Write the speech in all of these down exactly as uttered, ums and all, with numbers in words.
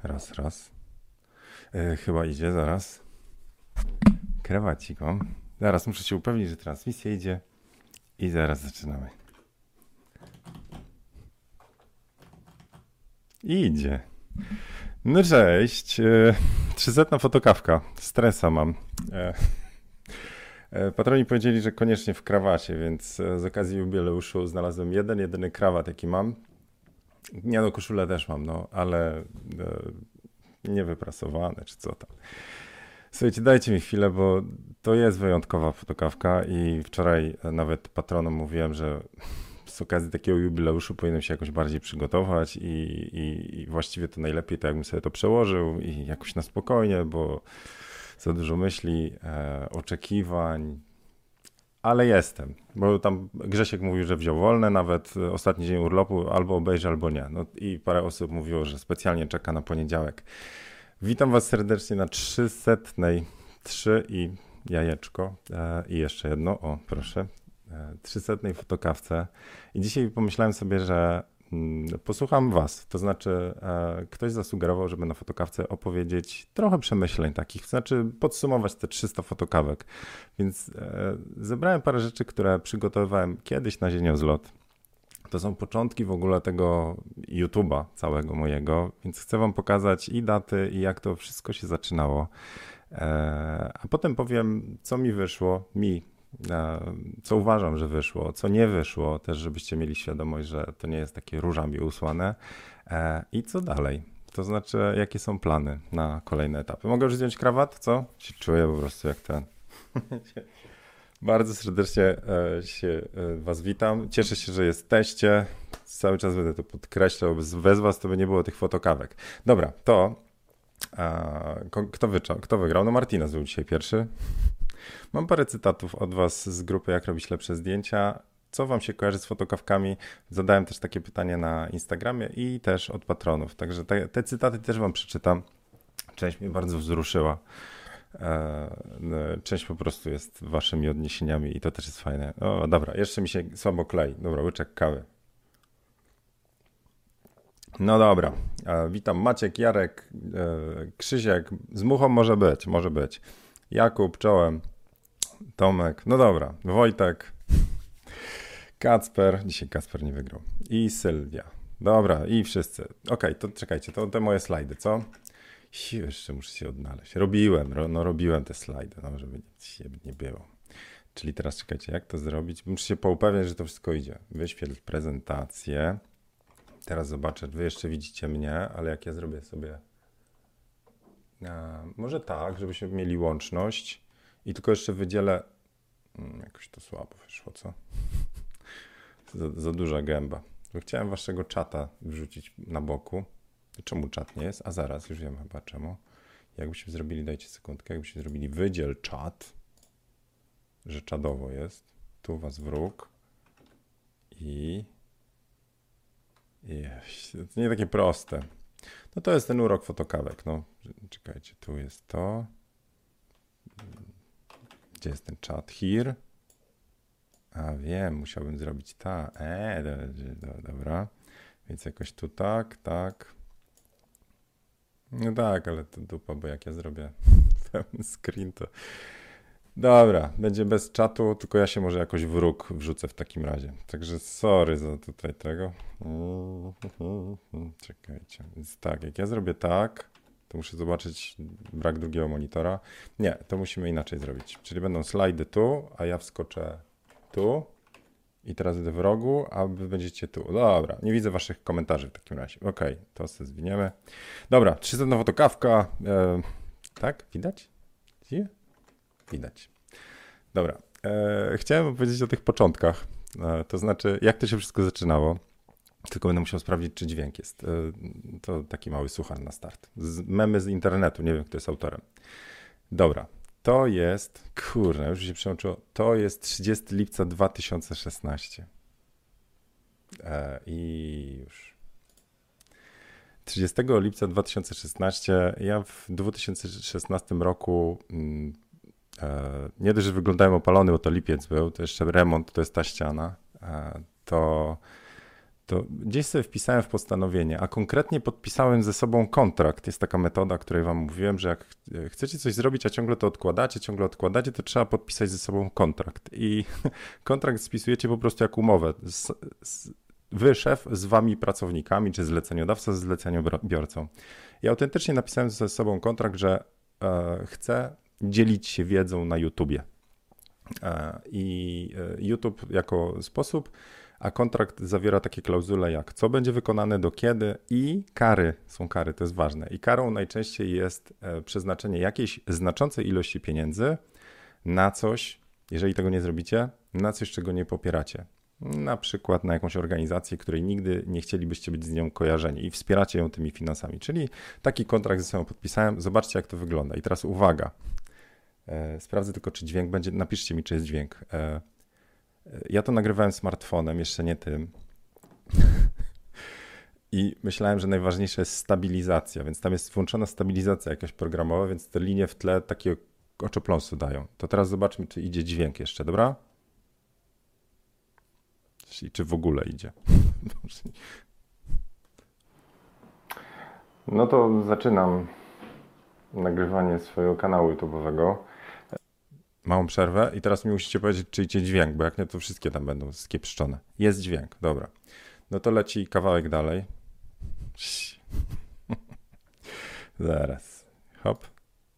Raz, raz. Yy, chyba idzie, zaraz. Krawacik mam. Zaraz muszę się upewnić, że transmisja idzie. I zaraz zaczynamy. Idzie. No cześć. Yy, trzysetna fotokawka. Stresa mam. Yy. Patroni powiedzieli, że koniecznie w krawacie, więc z okazji jubileuszu znalazłem jeden, jedyny krawat, jaki mam. Nie no, koszulę też mam, no, ale e, niewyprasowane, czy co tam. Słuchajcie, dajcie mi chwilę, bo to jest wyjątkowa fotokawka i wczoraj nawet patronom mówiłem, że z okazji takiego jubileuszu powinienem się jakoś bardziej przygotować i, i, i właściwie to najlepiej to jakbym sobie to przełożył i jakoś na spokojnie, bo za dużo myśli, e, oczekiwań. Ale jestem, bo tam Grzesiek mówił, że wziął wolne, nawet ostatni dzień urlopu, albo obejrzy, albo nie. No i parę osób mówiło, że specjalnie czeka na poniedziałek. Witam was serdecznie na trzysetnej, trzy i jajeczko e, i jeszcze jedno, o proszę, e, trzysetnej fotokawce. I dzisiaj pomyślałem sobie, że mm, posłucham was, to znaczy e, ktoś zasugerował, żeby na fotokawce opowiedzieć trochę przemyśleń takich, to znaczy podsumować te trzysta fotokawek. Więc e, zebrałem parę rzeczy, które przygotowywałem kiedyś na zieniozlot. To są początki w ogóle tego YouTube'a całego mojego, więc chcę wam pokazać i daty, i jak to wszystko się zaczynało. E, a potem powiem, co mi wyszło, mi, e, co uważam, że wyszło, co nie wyszło, też żebyście mieli świadomość, że to nie jest takie różami usłane. E, I co dalej? To znaczy, jakie są plany na kolejne etapy. Mogę już zdjąć krawat, co? Się czuję po prostu jak ten... Bardzo serdecznie e, się e, was witam. Cieszę się, że jesteście. Cały czas będę to podkreślał. Bez, bez was to by nie było tych fotokawek. Dobra, to a, kto, wycza, kto wygrał? No Martinez był dzisiaj pierwszy. Mam parę cytatów od was z grupy Jak robić lepsze zdjęcia. Co wam się kojarzy z fotokawkami? Zadałem też takie pytanie na Instagramie i też od patronów. Także te, te cytaty też wam przeczytam. Część mnie bardzo wzruszyła. Część po prostu jest waszymi odniesieniami i to też jest fajne. O, dobra, jeszcze mi się słabo klei. Dobra, łyczek kawy. No dobra, witam Maciek, Jarek, Krzysiek, z Muchą może być, może być. Jakub, czołem, Tomek, no dobra, Wojtek, Kacper, dzisiaj Kacper nie wygrał i Sylwia. Dobra, i wszyscy. Okej, okay, to czekajcie, to te moje slajdy, co? Jeszcze muszę się odnaleźć. Robiłem, no robiłem te slajdy, no żeby nic nie było. Czyli teraz czekajcie, jak to zrobić? Muszę się poupewniać, że to wszystko idzie. Wyświetl prezentację. Teraz zobaczę, wy jeszcze widzicie mnie, ale jak ja zrobię sobie... A, może tak, żebyśmy mieli łączność i tylko jeszcze wydzielę... Hmm, jakoś to słabo wyszło, co? za, za duża gęba. Bo chciałem waszego czata wrzucić na boku. Czemu czat nie jest? A zaraz, już wiem chyba czemu. Jakbyśmy zrobili, dajcie sekundkę, jakbyśmy zrobili wydziel czat, że czadowo jest, tu was wróg i... Jeś, to nie takie proste. No to jest ten urok fotokawek, no. Czekajcie, tu jest to. Gdzie jest ten czat? Here. A wiem, musiałbym zrobić ta. Eee, do, do, dobra. Więc jakoś tu tak, tak. No tak, ale to dupa, bo jak ja zrobię pełny screen, to... Dobra, będzie bez czatu, tylko ja się może jakoś w róg wrzucę w takim razie. Także sorry za tutaj tego. Czekajcie. Więc tak, jak ja zrobię tak, to muszę zobaczyć brak drugiego monitora. Nie, to musimy inaczej zrobić. Czyli będą slajdy tu, a ja wskoczę tu. I teraz będę w rogu, a wy będziecie tu. Dobra, nie widzę waszych komentarzy w takim razie. Okej, okay, to sobie zwiniemy. Dobra, trzysetna fotokawka. E, tak, widać? Gdzie? Widać. Dobra, e, chciałem opowiedzieć o tych początkach. E, to znaczy, jak to się wszystko zaczynało. Tylko będę musiał sprawdzić, czy dźwięk jest. E, to taki mały suchar na start. Z, memy z internetu, nie wiem, kto jest autorem. Dobra. To jest, kurde, już się przełączyło, to jest trzydziestego lipca dwa tysiące szesnastego. E, I już. trzydziestego lipca dwa tysiące szesnastego, ja w dwa tysiące szesnastym roku e, nie dość, że wyglądałem opalony, bo to lipiec był, to jeszcze remont, to jest ta ściana, e, to To gdzieś sobie wpisałem w postanowienie, a konkretnie podpisałem ze sobą kontrakt. Jest taka metoda, o której wam mówiłem, że jak chcecie coś zrobić, a ciągle to odkładacie, ciągle odkładacie, to trzeba podpisać ze sobą kontrakt. I kontrakt spisujecie po prostu jak umowę. Z, z, wy, szef, z wami pracownikami, czy zleceniodawca z zleceniobiorcą. I autentycznie napisałem ze sobą kontrakt, że e, chcę dzielić się wiedzą na YouTubie. E, I YouTube jako sposób, a kontrakt zawiera takie klauzule jak co będzie wykonane, do kiedy i kary, są kary, to jest ważne. I karą najczęściej jest przeznaczenie jakiejś znaczącej ilości pieniędzy na coś, jeżeli tego nie zrobicie, na coś, czego nie popieracie. Na przykład na jakąś organizację, której nigdy nie chcielibyście być z nią kojarzeni i wspieracie ją tymi finansami. Czyli taki kontrakt ze sobą podpisałem, zobaczcie jak to wygląda. I teraz uwaga, sprawdzę tylko czy dźwięk będzie, napiszcie mi czy jest dźwięk. Ja to nagrywałem smartfonem, jeszcze nie tym. I myślałem, że najważniejsza jest stabilizacja, więc tam jest włączona stabilizacja jakaś programowa, więc te linie w tle takiego oczopląsu dają. To teraz zobaczmy, czy idzie dźwięk jeszcze, dobra? I czy w ogóle idzie. No to zaczynam nagrywanie swojego kanału YouTube'owego. Małą przerwę i teraz mi musicie powiedzieć, czy idzie dźwięk, bo jak nie, to wszystkie tam będą skiepszczone. Jest dźwięk, dobra. No to leci kawałek dalej. Zaraz. Hop.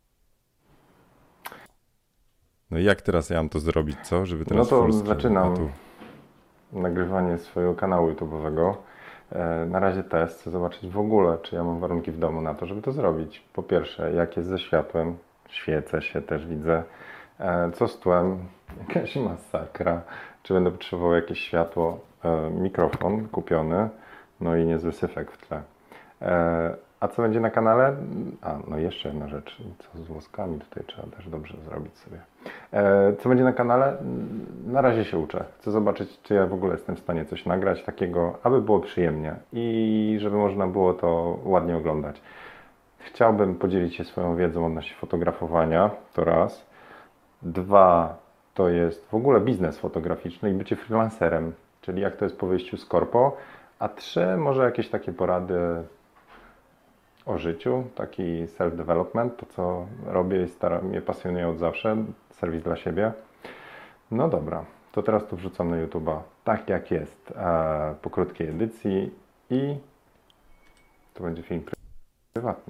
No i jak teraz ja mam to zrobić, co? Żeby teraz no to zaczynam tu... nagrywanie swojego kanału YouTube'owego. Na razie test, chcę zobaczyć w ogóle, czy ja mam warunki w domu na to, żeby to zrobić. Po pierwsze, jak jest ze światłem, świecę się też widzę. Co z tłem? Jakaś masakra. Czy będę potrzebował jakieś światło? Mikrofon kupiony, no i niezły syfek w tle. A co będzie na kanale? A, no jeszcze jedna rzecz. Co z włoskami tutaj trzeba też dobrze zrobić sobie. Co będzie na kanale? Na razie się uczę. Chcę zobaczyć, czy ja w ogóle jestem w stanie coś nagrać takiego, aby było przyjemnie i żeby można było to ładnie oglądać. Chciałbym podzielić się swoją wiedzą odnośnie fotografowania, to raz. Dwa, to jest w ogóle biznes fotograficzny i bycie freelancerem, czyli jak to jest po wyjściu z korpo. A trzy, może jakieś takie porady o życiu, taki self-development, to co robię i staram, mnie pasjonuje od zawsze, serwis dla siebie. No dobra, to teraz to wrzucam na YouTube'a tak jak jest, e, po krótkiej edycji i to będzie film prywatny.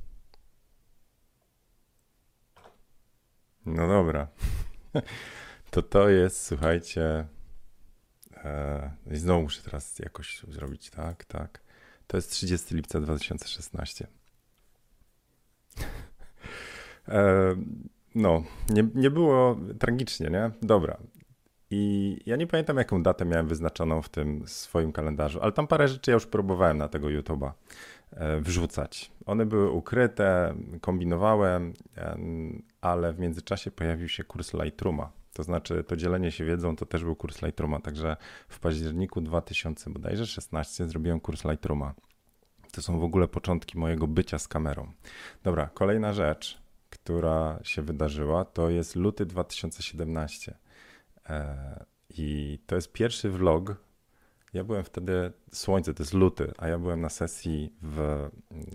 No dobra. To to jest, słuchajcie, e, i znowu muszę teraz jakoś zrobić, tak, tak. To jest trzydziestego lipca dwa tysiące szesnastego. e, no, nie, nie było tragicznie, nie? Dobra. I ja nie pamiętam, jaką datę miałem wyznaczoną w tym swoim kalendarzu, ale tam parę rzeczy ja już próbowałem na tego YouTube'a wrzucać. One były ukryte, kombinowałem, ale w międzyczasie pojawił się kurs Lightrooma. To znaczy to dzielenie się wiedzą to też był kurs Lightrooma, także w październiku dwa tysiące szesnastego zrobiłem kurs Lightrooma. To są w ogóle początki mojego bycia z kamerą. Dobra, kolejna rzecz, która się wydarzyła, to jest luty dwa tysiące siedemnasty. I to jest pierwszy vlog. Ja byłem wtedy, słońce, to jest luty, a ja byłem na sesji w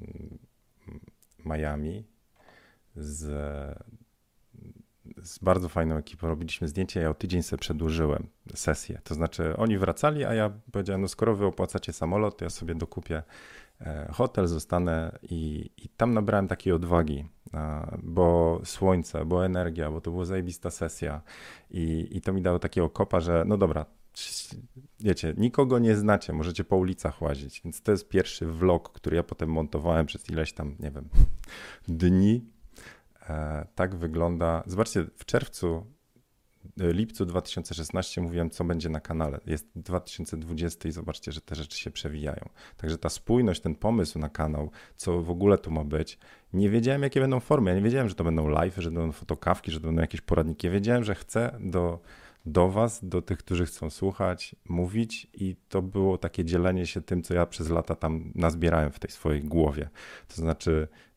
Miami z, z bardzo fajną ekipą. Robiliśmy zdjęcia, ja o tydzień sobie przedłużyłem sesję. To znaczy oni wracali, a ja powiedziałem, no skoro wy opłacacie samolot, to ja sobie dokupię hotel, zostanę i, i tam nabrałem takiej odwagi, bo słońce, bo energia, bo to była zajebista sesja i, i to mi dało takiego kopa, że no dobra, wiecie, nikogo nie znacie, możecie po ulicach łazić, więc to jest pierwszy vlog, który ja potem montowałem przez ileś tam, nie wiem, dni. E, tak wygląda. Zobaczcie, w czerwcu, lipcu dwa tysiące szesnastego mówiłem, co będzie na kanale. Jest dwa tysiące dwudziesty i zobaczcie, że te rzeczy się przewijają. Także ta spójność, ten pomysł na kanał, co w ogóle tu ma być, nie wiedziałem, jakie będą formy. Ja nie wiedziałem, że to będą live, że to będą fotokawki, że to będą jakieś poradniki. Ja wiedziałem, że chcę do... do was, do tych, którzy chcą słuchać, mówić i to było takie dzielenie się tym, co ja przez lata tam nazbierałem w tej swojej głowie. To znaczy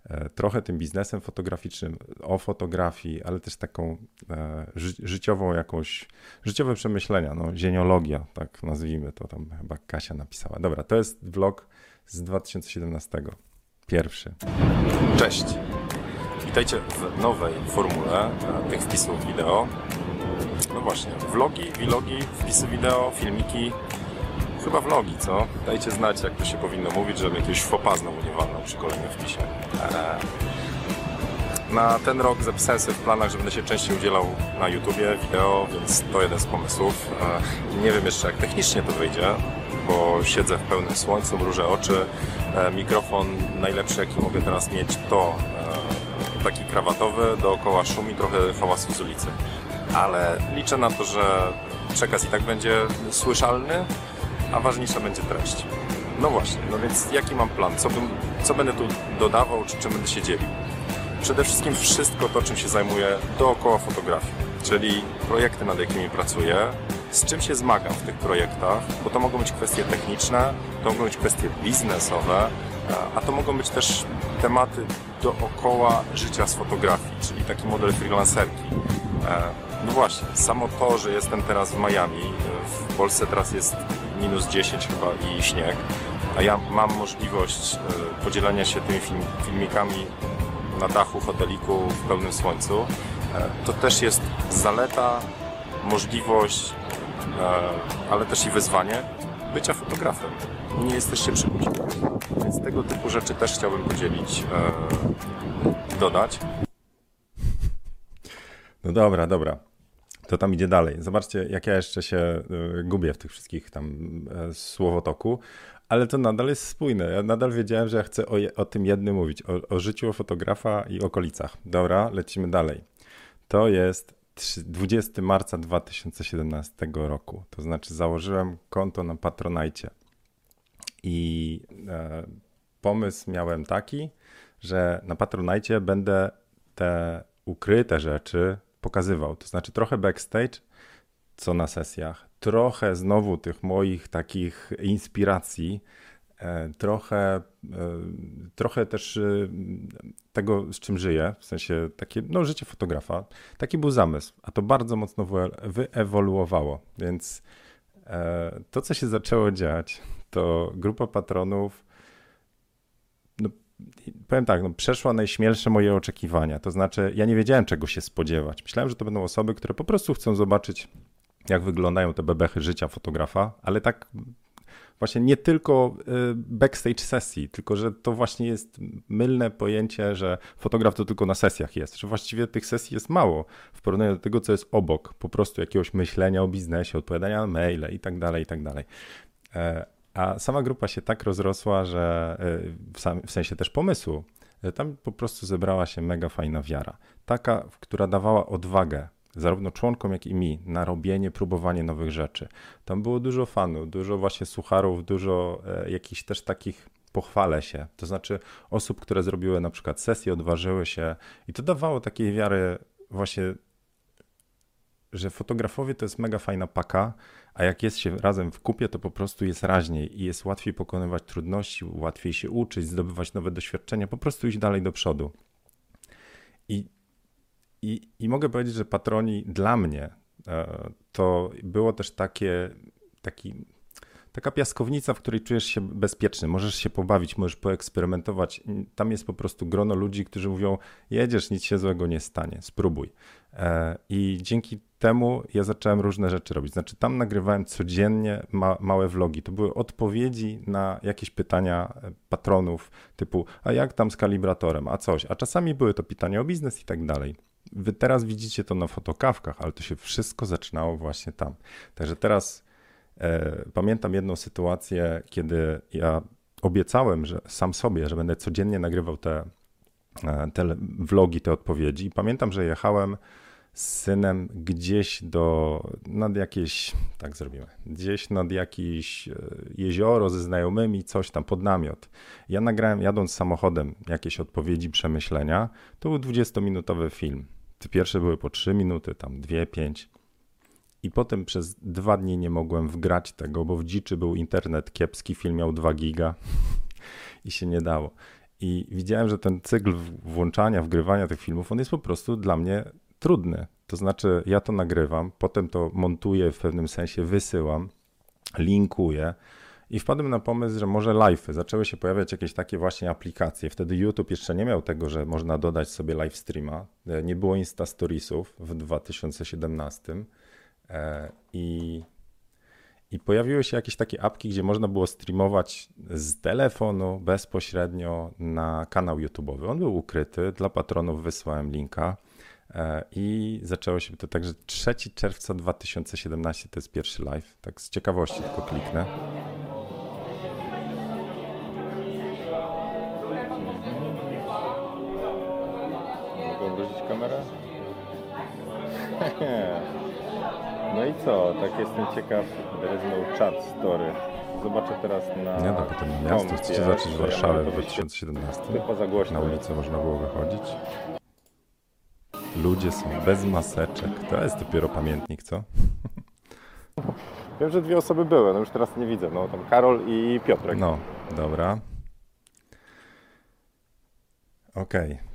trochę tym biznesem fotograficznym, o fotografii, ale też taką ży- życiową jakąś, życiowe przemyślenia, no zieniologia, tak nazwijmy to, tam chyba Kasia napisała. Dobra, to jest vlog z dwa tysiące siedemnastego. Pierwszy. Cześć! Witajcie w nowej formule tych wpisów wideo. No właśnie, vlogi, vlogi, wpisy wideo, filmiki, chyba vlogi, co? Dajcie znać, jak to się powinno mówić, żeby jakiegoś fopa znowu nie walnął przy kolejnym wpisie. Eee. Na ten rok zapisałem sobie w planach, że będę się częściej udzielał na YouTubie wideo, więc to jeden z pomysłów. Eee. Nie wiem jeszcze, jak technicznie to wyjdzie, bo siedzę w pełnym słońcu, mrużę oczy. Eee, mikrofon najlepszy, jaki mogę teraz mieć, to eee, taki krawatowy, dookoła szumi trochę hałasu z ulicy. Ale liczę na to, że przekaz i tak będzie słyszalny, a ważniejsza będzie treść. No właśnie, no więc jaki mam plan? Co, bym, co będę tu dodawał, czy czym będę się dzielił? Przede wszystkim wszystko to, czym się zajmuję dookoła fotografii, czyli projekty, nad jakimi pracuję, z czym się zmagam w tych projektach, bo to mogą być kwestie techniczne, to mogą być kwestie biznesowe, a to mogą być też tematy dookoła życia z fotografii, czyli taki model freelancerki. No właśnie, samo to, że jestem teraz w Miami, w Polsce teraz jest minus dziesięć chyba i śnieg, a ja mam możliwość podzielenia się tymi film, filmikami na dachu hoteliku w pełnym słońcu, to też jest zaleta, możliwość, ale też i wyzwanie bycia fotografem. Nie jesteście przypuszczeni. Więc tego typu rzeczy też chciałbym podzielić, dodać. No dobra, dobra. To tam idzie dalej. Zobaczcie, jak ja jeszcze się gubię w tych wszystkich tam słowotoku, ale to nadal jest spójne. Ja nadal wiedziałem, że ja chcę o, je, o tym jednym mówić, o, o życiu fotografa i okolicach. Dobra, lecimy dalej. To jest dwudziestego marca dwa tysiące siedemnastego roku. To znaczy założyłem konto na Patronite i e, pomysł miałem taki, że na Patronite będę te ukryte rzeczy pokazywał. To znaczy trochę backstage, co na sesjach, trochę znowu tych moich takich inspiracji, e, trochę, e, trochę też e, tego, z czym żyję, w sensie takie, no życie fotografa. Taki był zamysł, a to bardzo mocno wyewoluowało, więc e, to, co się zaczęło dziać, to grupa patronów, no, powiem tak, no, przeszła najśmielsze moje oczekiwania. To znaczy, ja nie wiedziałem, czego się spodziewać. Myślałem, że to będą osoby, które po prostu chcą zobaczyć, jak wyglądają te bebechy życia fotografa, ale tak właśnie nie tylko backstage sesji, tylko że to właśnie jest mylne pojęcie, że fotograf to tylko na sesjach jest, że właściwie tych sesji jest mało w porównaniu do tego, co jest obok, po prostu jakiegoś myślenia o biznesie, odpowiadania na maile i tak dalej, i tak dalej. A sama grupa się tak rozrosła, że w, sam, w sensie też pomysłu, tam po prostu zebrała się mega fajna wiara. Taka, która dawała odwagę zarówno członkom, jak i mi na robienie, próbowanie nowych rzeczy. Tam było dużo fanów, dużo właśnie sucharów, dużo e, jakichś też takich pochwalę się. To znaczy osób, które zrobiły na przykład sesję, odważyły się i to dawało takiej wiary właśnie, że fotografowie to jest mega fajna paka, a jak jest się razem w kupie, to po prostu jest raźniej i jest łatwiej pokonywać trudności, łatwiej się uczyć, zdobywać nowe doświadczenia, po prostu iść dalej do przodu. I, i, i mogę powiedzieć, że patroni dla mnie to było też takie, taki, taka piaskownica, w której czujesz się bezpieczny, możesz się pobawić, możesz poeksperymentować. Tam jest po prostu grono ludzi, którzy mówią, jedziesz, nic się złego nie stanie, spróbuj. I dzięki temu ja zacząłem różne rzeczy robić. Znaczy tam nagrywałem codziennie ma, małe vlogi. To były odpowiedzi na jakieś pytania patronów typu, a jak tam z kalibratorem, a coś. A czasami były to pytania o biznes i tak dalej. Wy teraz widzicie to na fotokawkach, ale to się wszystko zaczynało właśnie tam. Także teraz e, pamiętam jedną sytuację, kiedy ja obiecałem, że sam sobie, że będę codziennie nagrywał te, te vlogi, te odpowiedzi. I pamiętam, że jechałem z synem gdzieś do, nad jakieś, tak zrobimy, gdzieś nad jakieś jezioro ze znajomymi, coś tam pod namiot. Ja nagrałem jadąc samochodem jakieś odpowiedzi, przemyślenia. To był dwudziestominutowy film. Te pierwsze były po trzy minuty, tam dwie, pięć. I potem przez dwa dni nie mogłem wgrać tego, bo w dziczy był internet kiepski, film miał dwa giga i się nie dało. I widziałem, że ten cykl włączania, wgrywania tych filmów, on jest po prostu dla mnie trudny. To znaczy ja to nagrywam, potem to montuję w pewnym sensie, wysyłam, linkuję i wpadłem na pomysł, że może live'y. Zaczęły się pojawiać jakieś takie właśnie aplikacje. Wtedy YouTube jeszcze nie miał tego, że można dodać sobie live streama. Nie było Insta Storiesów w dwa tysiące siedemnastym i I pojawiły się jakieś takie apki, gdzie można było streamować z telefonu bezpośrednio na kanał YouTube'owy. On był ukryty, dla patronów wysłałem linka i zaczęło się to tak, że trzeciego czerwca dwa tysiące siedemnastego to jest pierwszy live. Tak z ciekawości tylko kliknę. Mogę obrócić kamerę? No i co? Tak jestem ciekaw. There is no chat story. Zobaczę teraz na... Nie, no potem na miasto. Chcecie zacząć w Warszawie w dwa tysiące siedemnastym. Na ulicę można było wychodzić. Ludzie są bez maseczek. To jest dopiero pamiętnik, co? Wiem, że dwie osoby były, no już teraz nie widzę. No tam Karol i Piotrek. No, dobra. Okej. Okay.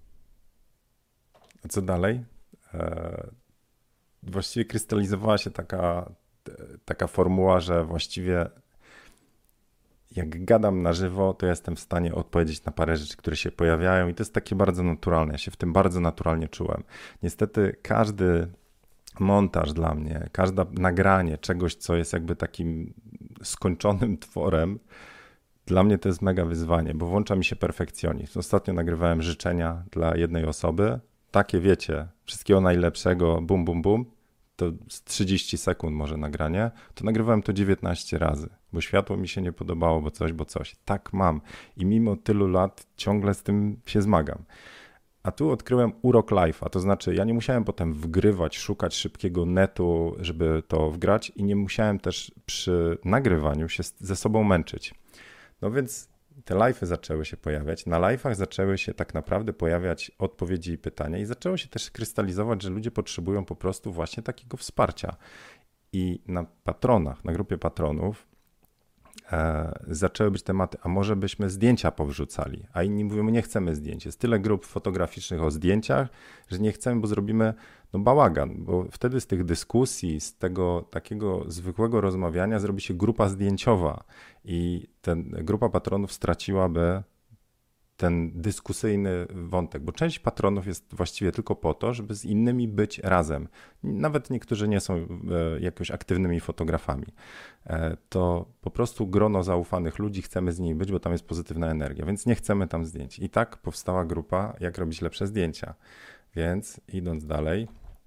A co dalej? Eee... Właściwie krystalizowała się taka, taka formuła, że właściwie jak gadam na żywo, to jestem w stanie odpowiedzieć na parę rzeczy, które się pojawiają i to jest takie bardzo naturalne. Ja się w tym bardzo naturalnie czułem. Niestety każdy montaż dla mnie, każde nagranie czegoś, co jest jakby takim skończonym tworem, dla mnie to jest mega wyzwanie, bo włącza mi się perfekcjonizm. Ostatnio nagrywałem życzenia dla jednej osoby, takie wiecie, wszystkiego najlepszego, bum, bum, bum, to z trzydzieści sekund może nagranie, to nagrywałem to dziewiętnaście razy, bo światło mi się nie podobało, bo coś, bo coś. Tak mam i mimo tylu lat ciągle z tym się zmagam. A tu odkryłem urok live'a, to znaczy ja nie musiałem potem wgrywać, szukać szybkiego netu, żeby to wgrać i nie musiałem też przy nagrywaniu się ze sobą męczyć. No więc te live'y zaczęły się pojawiać, na live'ach zaczęły się tak naprawdę pojawiać odpowiedzi i pytania i zaczęło się też krystalizować, że ludzie potrzebują po prostu właśnie takiego wsparcia. I na patronach, na grupie patronów e, zaczęły być tematy, a może byśmy zdjęcia powrzucali, a inni mówią, my nie chcemy zdjęć. Jest tyle grup fotograficznych o zdjęciach, że nie chcemy, bo zrobimy no, bałagan, bo wtedy z tych dyskusji, z tego takiego zwykłego rozmawiania zrobi się grupa zdjęciowa i ten, grupa patronów straciłaby ten dyskusyjny wątek, bo część patronów jest właściwie tylko po to, żeby z innymi być razem. Nawet niektórzy nie są jakoś aktywnymi fotografami. To po prostu grono zaufanych ludzi, chcemy z nimi być, bo tam jest pozytywna energia, więc nie chcemy tam zdjęć. I tak powstała grupa, jak robić lepsze zdjęcia. Więc idąc dalej,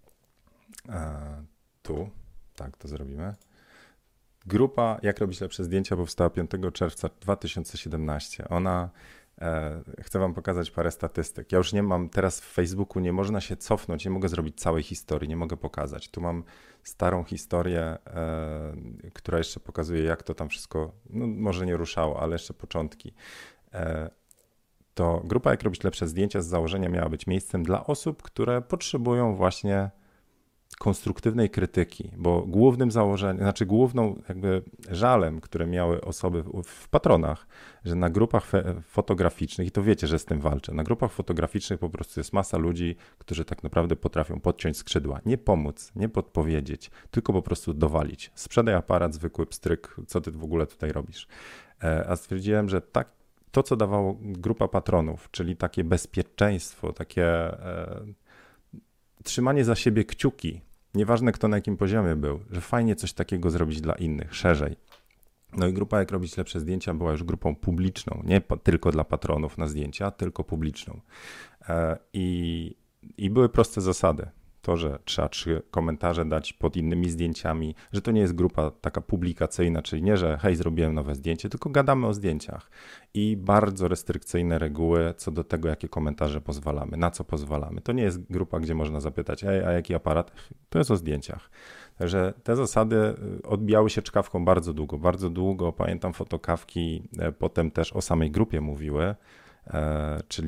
tu, tak to zrobimy. Grupa Jak robić lepsze zdjęcia powstała piątego czerwca dwa tysiące siedemnastego. Ona, e, chcę wam pokazać parę statystyk. Ja już nie mam, teraz w Facebooku nie można się cofnąć, nie mogę zrobić całej historii, nie mogę pokazać. Tu mam starą historię, e, która jeszcze pokazuje, jak to tam wszystko, no może nie ruszało, ale jeszcze początki. E, to grupa Jak robić lepsze zdjęcia z założenia miała być miejscem dla osób, które potrzebują właśnie konstruktywnej krytyki, bo głównym założeniem, znaczy główną jakby żalem, które miały osoby w, w patronach, że na grupach fe, fotograficznych, i to wiecie, że z tym walczę, na grupach fotograficznych po prostu jest masa ludzi, którzy tak naprawdę potrafią podciąć skrzydła, nie pomóc, nie podpowiedzieć, tylko po prostu dowalić. Sprzedaj aparat, zwykły pstryk, co ty w ogóle tutaj robisz? E, a stwierdziłem, że tak, to co dawało grupa patronów, czyli takie bezpieczeństwo, takie e, trzymanie za siebie kciuki, nieważne kto na jakim poziomie był, że fajnie coś takiego zrobić dla innych, szerzej. No i grupa Jak robić lepsze zdjęcia była już grupą publiczną, nie pa- tylko dla patronów na zdjęcia, tylko publiczną. E, i, I były proste zasady. To, że trzeba trzy komentarze dać pod innymi zdjęciami, że to nie jest grupa taka publikacyjna, czyli nie, że hej, zrobiłem nowe zdjęcie, tylko gadamy o zdjęciach. I bardzo restrykcyjne reguły co do tego, jakie komentarze pozwalamy, na co pozwalamy. To nie jest grupa, gdzie można zapytać, ej, a jaki aparat? To jest o zdjęciach. Także te zasady odbijały się czkawką bardzo długo, bardzo długo. Pamiętam, fotokawki potem też o samej grupie mówiły, czyli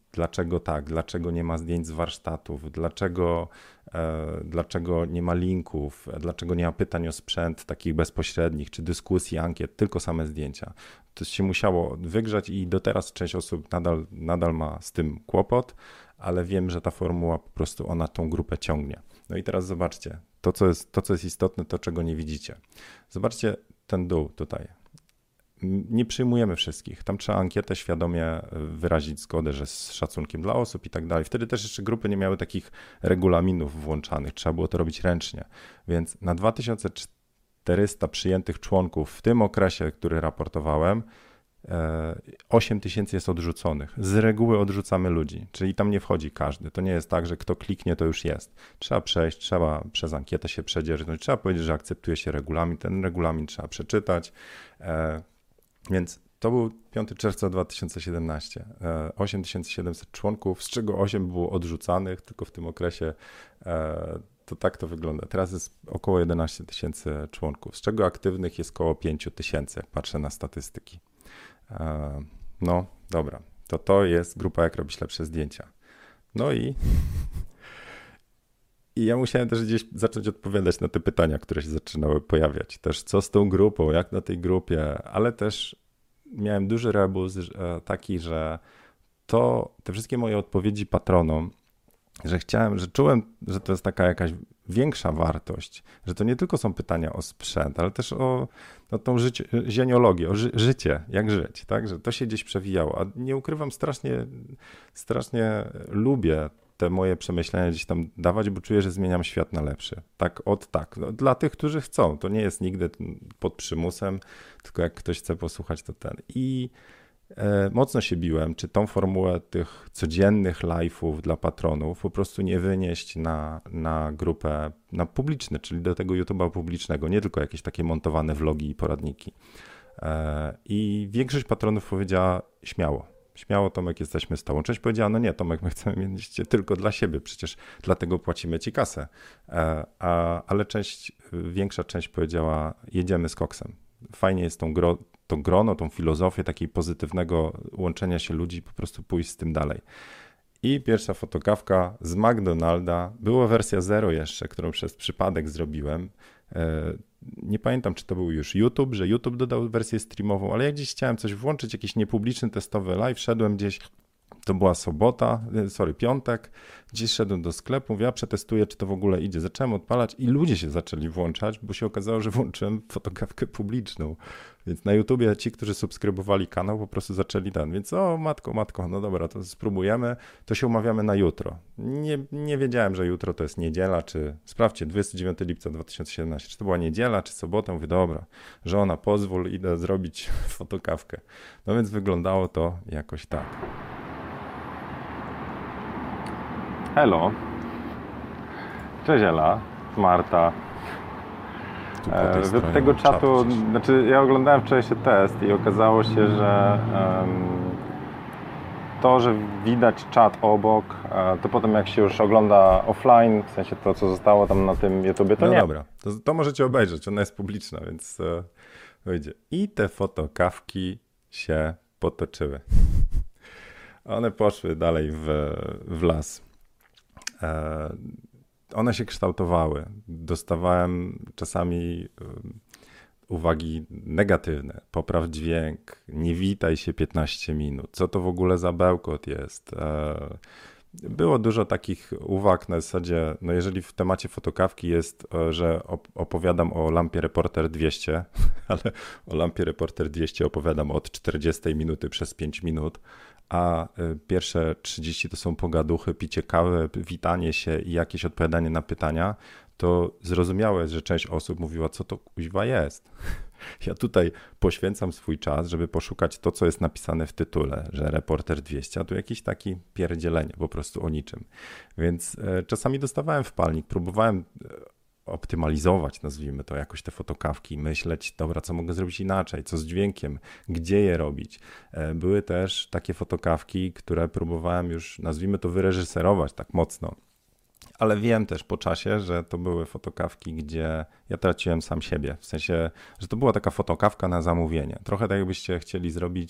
dlaczego tak, dlaczego nie ma zdjęć z warsztatów, dlaczego, e, dlaczego nie ma linków, dlaczego nie ma pytań o sprzęt takich bezpośrednich, czy dyskusji, ankiet, tylko same zdjęcia. To się musiało wygrzać i do teraz część osób nadal, nadal ma z tym kłopot, ale wiem, że ta formuła po prostu ona tą grupę ciągnie. No i teraz zobaczcie, to co jest, to co jest istotne, to czego nie widzicie. Zobaczcie ten dół tutaj. Nie przyjmujemy wszystkich. Tam trzeba ankietę świadomie wyrazić zgodę, że z szacunkiem dla osób i tak dalej. Wtedy też jeszcze grupy nie miały takich regulaminów włączanych. Trzeba było to robić ręcznie. Więc na dwa tysiące czterysta przyjętych członków w tym okresie, który raportowałem, osiem tysięcy jest odrzuconych. Z reguły odrzucamy ludzi, czyli tam nie wchodzi każdy. To nie jest tak, że kto kliknie, to już jest. Trzeba przejść, trzeba przez ankietę się przedzierżnąć, trzeba powiedzieć, że akceptuje się regulamin. Ten regulamin trzeba przeczytać. Więc to był piątego czerwca dwa tysiące siedemnastego. osiem tysięcy siedemset członków, z czego osiem było odrzucanych, tylko w tym okresie to tak to wygląda. Teraz jest około jedenaście tysięcy członków, z czego aktywnych jest około pięć tysięcy, jak patrzę na statystyki. No dobra, to to jest grupa Jak robić lepsze zdjęcia. No i, i ja musiałem też gdzieś zacząć odpowiadać na te pytania, które się zaczynały pojawiać. Też co z tą grupą, jak na tej grupie, ale też miałem duży rebus taki, że to, te wszystkie moje odpowiedzi patronom, że chciałem, że czułem, że to jest taka jakaś większa wartość, że to nie tylko są pytania o sprzęt, ale też o, o tą życie, zieniologię, o ży, życie, jak żyć, tak, że to się gdzieś przewijało, a nie ukrywam, strasznie, strasznie lubię te moje przemyślenia gdzieś tam dawać, bo czuję, że zmieniam świat na lepszy, tak od tak, no, dla tych, którzy chcą, to nie jest nigdy pod przymusem, tylko jak ktoś chce posłuchać, to ten i mocno się biłem, czy tą formułę tych codziennych live'ów dla patronów po prostu nie wynieść na, na grupę, na publiczne, czyli do tego YouTube'a publicznego, nie tylko jakieś takie montowane vlogi i poradniki. I większość patronów powiedziała śmiało, śmiało Tomek, jesteśmy z tobą. Część powiedziała, no nie Tomek, my chcemy mieć cię tylko dla siebie, przecież dlatego płacimy ci kasę. A, ale część, większa część powiedziała, jedziemy z koksem. Fajnie jest tą gro, to grono, tą filozofię takiej pozytywnego łączenia się ludzi, po prostu pójść z tym dalej. I pierwsza fotokawka z McDonalda, była wersja zero jeszcze, którą przez przypadek zrobiłem. Nie pamiętam, czy to był już YouTube, że YouTube dodał wersję streamową, ale ja gdzieś chciałem coś włączyć, jakiś niepubliczny, testowy live, szedłem gdzieś, to była sobota, sorry, piątek, gdzieś szedłem do sklepu, mówię, ja przetestuję, czy to w ogóle idzie. Zacząłem odpalać i ludzie się zaczęli włączać, bo się okazało, że włączyłem fotokawkę publiczną. Więc na YouTubie ci, którzy subskrybowali kanał, po prostu zaczęli ten. Więc o matko, matko, no dobra, to spróbujemy, to się umawiamy na jutro. Nie, nie wiedziałem, że jutro to jest niedziela, czy sprawdźcie, dwudziestego dziewiątego lipca dwa tysiące siedemnastego, czy to była niedziela, czy sobota. Mówię, dobra, żona, pozwól, idę zrobić fotokawkę. No więc wyglądało to jakoś tak. Hello. Cześć Ela, Marta. Wy tego czatu, znaczy ja oglądałem wczorajszy test i okazało się, że um, to, że widać czat obok, to potem jak się już ogląda offline, w sensie to, co zostało tam na tym YouTubie, to no nie. Dobra, to, to możecie obejrzeć, ona jest publiczna, więc e, wyjdzie. I te fotokawki się potoczyły. One poszły dalej w, w las. E, one się kształtowały. Dostawałem czasami uwagi negatywne. Popraw dźwięk, nie witaj się piętnaście minut. Co to w ogóle za bełkot jest? E, było dużo takich uwag na zasadzie, no jeżeli w temacie fotokawki jest, że opowiadam o lampie Reporter dwieście, ale o lampie Reporter dwieście opowiadam od czterdziestej minuty przez pięć minut, a pierwsze trzydzieści to są pogaduchy, picie kawy, witanie się i jakieś odpowiadanie na pytania, to zrozumiałe jest, że część osób mówiła, co to kuźwa jest. Ja tutaj poświęcam swój czas, żeby poszukać to, co jest napisane w tytule, że Reporter dwieście, a tu jakiś taki pierdzielenie po prostu o niczym. Więc czasami dostawałem wpalnik, próbowałem optymalizować, nazwijmy to, jakoś te fotokawki, myśleć, dobra, co mogę zrobić inaczej, co z dźwiękiem, gdzie je robić. Były też takie fotokawki, które próbowałem już, nazwijmy to, wyreżyserować tak mocno. Ale wiem też po czasie, że to były fotokawki, gdzie ja traciłem sam siebie. W sensie, że to była taka fotokawka na zamówienie. Trochę tak jakbyście chcieli zrobić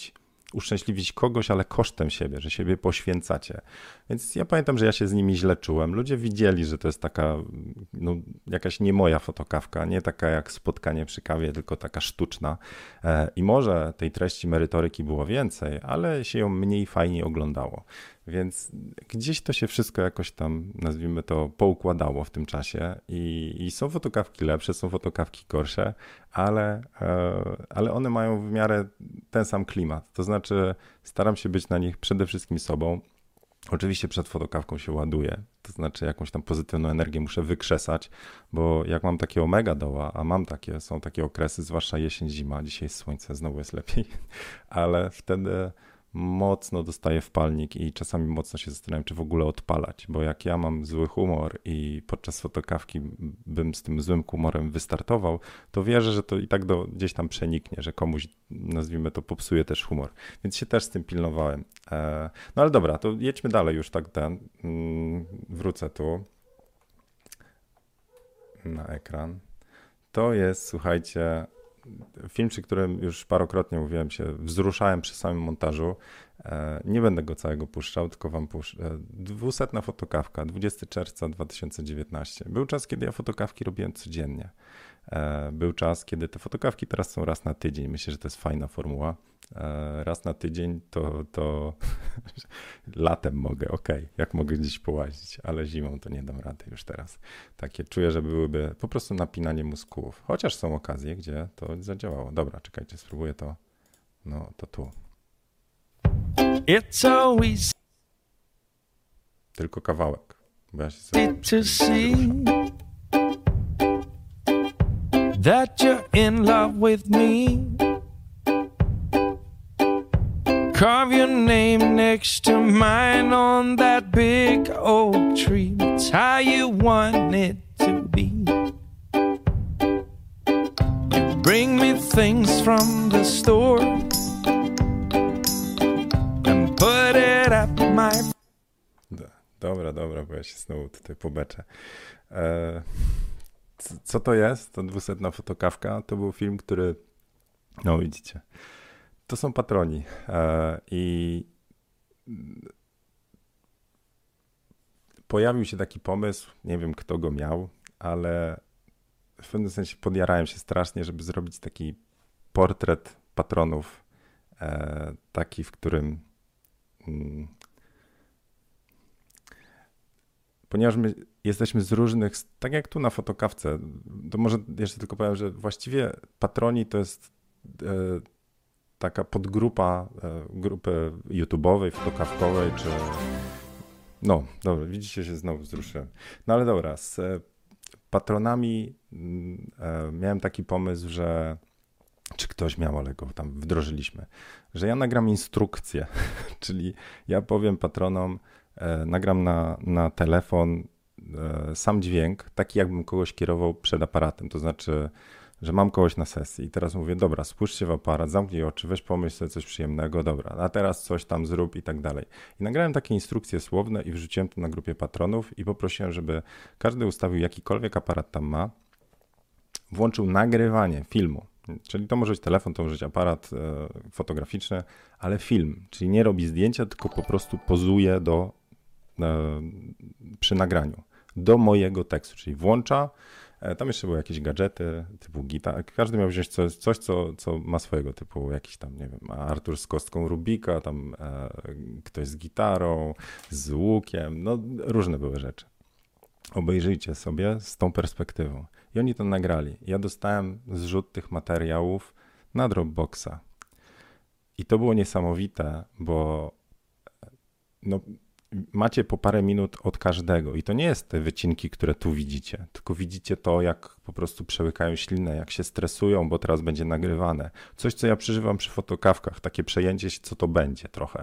uszczęśliwić kogoś, ale kosztem siebie, że siebie poświęcacie. Więc ja pamiętam, że ja się z nimi źle czułem. Ludzie widzieli, że to jest taka no, jakaś nie moja fotokawka, nie taka jak spotkanie przy kawie, tylko taka sztuczna. I może tej treści merytoryki było więcej, ale się ją mniej fajnie oglądało. Więc gdzieś to się wszystko jakoś tam, nazwijmy to, poukładało w tym czasie i, i są fotokawki lepsze, są fotokawki gorsze, ale, ale one mają w miarę ten sam klimat. To znaczy staram się być na nich przede wszystkim sobą. Oczywiście przed fotokawką się ładuję, to znaczy jakąś tam pozytywną energię muszę wykrzesać, bo jak mam takie omega doła, a mam takie, są takie okresy, zwłaszcza jesień, zima, dzisiaj jest słońce, znowu jest lepiej, ale wtedy mocno dostaję wpalnik i czasami mocno się zastanawiam, czy w ogóle odpalać, bo jak ja mam zły humor i podczas fotokawki bym z tym złym humorem wystartował, to wierzę, że to i tak do, gdzieś tam przeniknie, że komuś, nazwijmy to, popsuje też humor. Więc się też z tym pilnowałem. No ale dobra, to jedźmy dalej już tak ten. Wrócę tu na ekran. To jest, słuchajcie, film, przy którym już parokrotnie mówiłem, się wzruszałem przy samym montażu. Nie będę go całego puszczał, tylko wam puszczę. Dwusetna fotokawka, dwudziestego czerwca dwa tysiące dziewiętnastego. Był czas, kiedy ja fotokawki robiłem codziennie. Był czas, kiedy te fotokawki teraz są raz na tydzień. Myślę, że to jest fajna formuła. Raz na tydzień to, to latem mogę, okej, okay, jak mogę gdzieś połazić, ale zimą to nie dam rady już teraz. Takie czuję, że byłyby po prostu napinanie mózgów. Chociaż są okazje, gdzie to zadziałało. Dobra, czekajcie, spróbuję to. No, to tu. It's always tylko kawałek. Bo ja się sobie... to see that you're in love with me. Carve your name next to mine on that big oak tree. It's how you want it to be. You bring me things from the store and put it up my... Dobra, dobra, bo ja się znowu tutaj pobeczę. E, co to jest? To dwusetna fotokawka. To był film, który... No widzicie. To są patroni e, i pojawił się taki pomysł, nie wiem kto go miał, ale w pewnym sensie podjarałem się strasznie, żeby zrobić taki portret patronów, e, taki, w którym mm, ponieważ my jesteśmy z różnych, tak jak tu na fotokawce, to może jeszcze tylko powiem, że właściwie patroni to jest e, taka podgrupa grupy YouTube'owej, fotokawkowej, czy... No, dobra, widzicie, się znowu wzruszyłem. No ale dobra, z patronami miałem taki pomysł, że... Czy ktoś miał, ale go tam wdrożyliśmy, że ja nagram instrukcję, czyli ja powiem patronom, nagram na, na telefon sam dźwięk, taki jakbym kogoś kierował przed aparatem, to znaczy... że mam kogoś na sesji i teraz mówię, dobra, spójrzcie w aparat, zamknij oczy, weź pomyśl sobie coś przyjemnego, dobra, a teraz coś tam zrób i tak dalej. I nagrałem takie instrukcje słowne i wrzuciłem to na grupie patronów i poprosiłem, żeby każdy ustawił jakikolwiek aparat tam ma, włączył nagrywanie filmu, czyli to może być telefon, to może być aparat e, fotograficzny, ale film, czyli nie robi zdjęcia, tylko po prostu pozuje do, e, przy nagraniu, do mojego tekstu, czyli włącza. Tam jeszcze były jakieś gadżety typu gitar. Każdy miał wziąć coś, coś co, co ma swojego typu, jakiś tam, nie wiem, Artur z kostką Rubika, tam e, ktoś z gitarą, z łukiem, no różne były rzeczy. Obejrzyjcie sobie z tą perspektywą. I oni to nagrali. Ja dostałem zrzut tych materiałów na Dropboxa. I to było niesamowite, bo no, macie po parę minut od każdego i to nie jest te wycinki, które tu widzicie, tylko widzicie to, jak po prostu przełykają ślinę, jak się stresują, bo teraz będzie nagrywane. Coś, co ja przeżywam przy fotokawkach, takie przejęcie się, co to będzie trochę.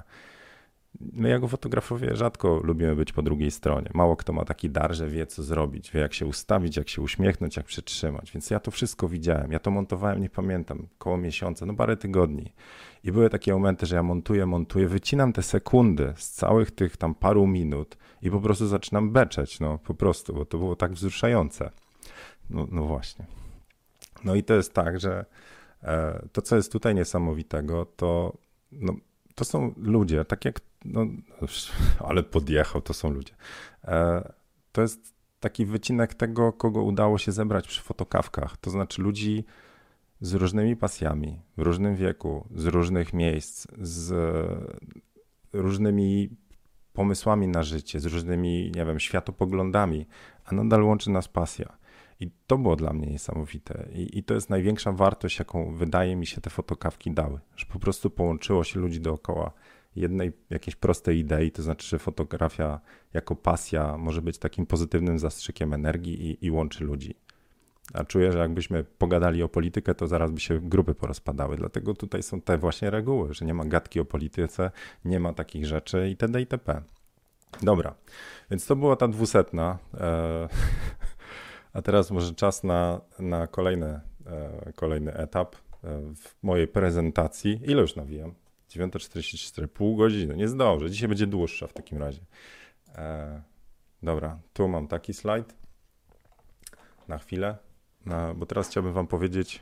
My jako fotografowie rzadko lubimy być po drugiej stronie. Mało kto ma taki dar, że wie, co zrobić, wie, jak się ustawić, jak się uśmiechnąć, jak przytrzymać. Więc ja to wszystko widziałem. Ja to montowałem, nie pamiętam, koło miesiąca, no parę tygodni. I były takie momenty, że ja montuję, montuję, wycinam te sekundy z całych tych tam paru minut i po prostu zaczynam beczeć, no po prostu, bo to było tak wzruszające. No, no właśnie. No i to jest tak, że e, to, co jest tutaj niesamowitego, to no, to są ludzie, tak jak, no, ale podjechał, to są ludzie. E, to jest taki wycinek tego, kogo udało się zebrać przy fotokawkach. To znaczy ludzi z różnymi pasjami, w różnym wieku, z różnych miejsc, z różnymi pomysłami na życie, z różnymi, nie wiem, światopoglądami, a nadal łączy nas pasja. I to było dla mnie niesamowite. I, I to jest największa wartość, jaką wydaje mi się te fotokawki dały. Że po prostu połączyło się ludzi dookoła jednej jakiejś prostej idei, to znaczy, że fotografia jako pasja może być takim pozytywnym zastrzykiem energii i, i łączy ludzi. A czuję, że jakbyśmy pogadali o politykę, to zaraz by się grupy porozpadały. Dlatego tutaj są te właśnie reguły, że nie ma gadki o polityce, nie ma takich rzeczy itd. itp. Dobra, więc to była ta dwusetna. E, a teraz może czas na, na kolejne, e, kolejny etap e, w mojej prezentacji. Ile już nawijam? dziewiąta czterdzieści cztery, pół godziny. Nie zdążę. Dzisiaj będzie dłuższa w takim razie. E, dobra, tu mam taki slajd. Na chwilę. No, bo teraz chciałbym wam powiedzieć.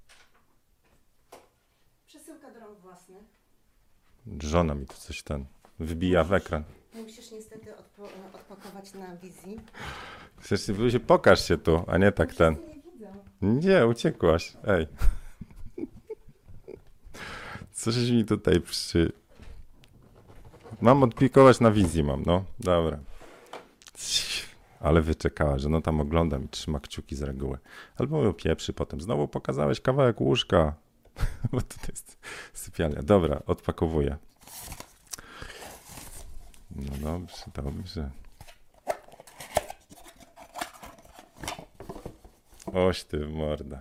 Przesyłka do rąk własnych. Żona mi tu coś ten wybija w ekran. Musisz niestety odpo- odpakować na wizji. Chcesz się, pokaż się tu, a nie tak ten. Nie widzę. Nie, uciekłaś. Ej. Coś mi tutaj przy... Mam odpikować na wizji, mam, no. Dobra. Ale wyczekała, że no tam oglądam i trzyma kciuki z reguły. Albo ją pieprzy potem. Znowu pokazałeś kawałek łóżka. Bo to jest sypialnia. Dobra, odpakowuję. No dobrze, dobrze. Oś ty w morda.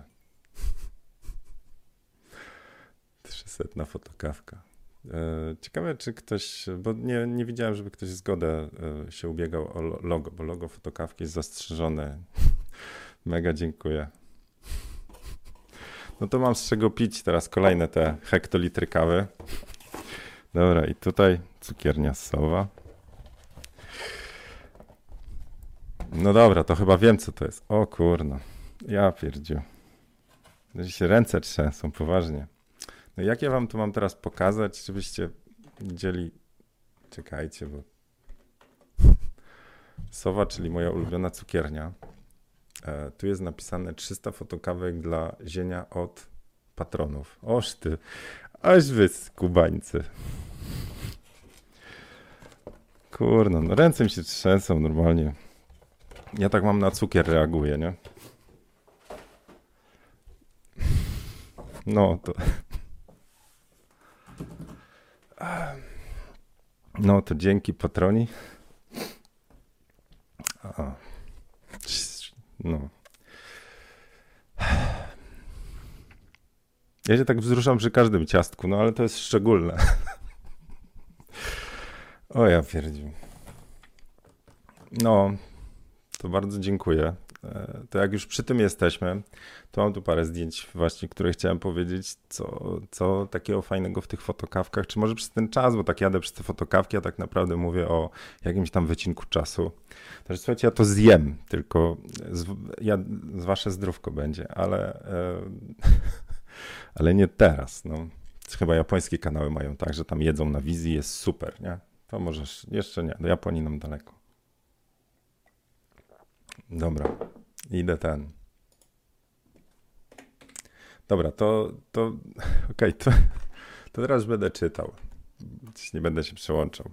Trzysetna fotokawka. Ciekawe, czy ktoś, bo nie, nie widziałem, żeby ktoś zgodę się ubiegał o logo, bo logo fotokawki jest zastrzeżone. Mega dziękuję. No to mam z czego pić teraz kolejne te hektolitry kawy. Dobra, i tutaj cukiernia Sowa. No dobra, to chyba wiem, co to jest. O kurno, ja pierdziu. Się ręce trzęsą, poważnie. No jak ja wam tu mam teraz pokazać, żebyście widzieli... Czekajcie, bo... Sowa, czyli moja ulubiona cukiernia. E, tu jest napisane trzysta fotokawek dla zienia od patronów. Oż ty, aż wy skubańcy. Kurno, no ręce mi się trzęsą normalnie. Ja tak mam na cukier reaguję, nie? No to... No to dzięki patroni. A. No. Ja się tak wzruszam przy każdym ciastku, no ale to jest szczególne. O ja pierdziu. No, to bardzo dziękuję. To jak już przy tym jesteśmy, to mam tu parę zdjęć właśnie, które chciałem powiedzieć, co, co takiego fajnego w tych fotokawkach, czy może przez ten czas, bo tak jadę przez te fotokawki, a tak naprawdę mówię o jakimś tam wycinku czasu. Także słuchajcie, ja to zjem, tylko z, ja, z wasze zdrówko będzie, ale, e, ale nie teraz. No. Chyba japońskie kanały mają tak, że tam jedzą na wizji, jest super, nie? To możesz, jeszcze nie, do Japonii nam daleko. Dobra, idę ten. Dobra, to, to okej, okay, to, to teraz będę czytał. Nie będę się przełączał.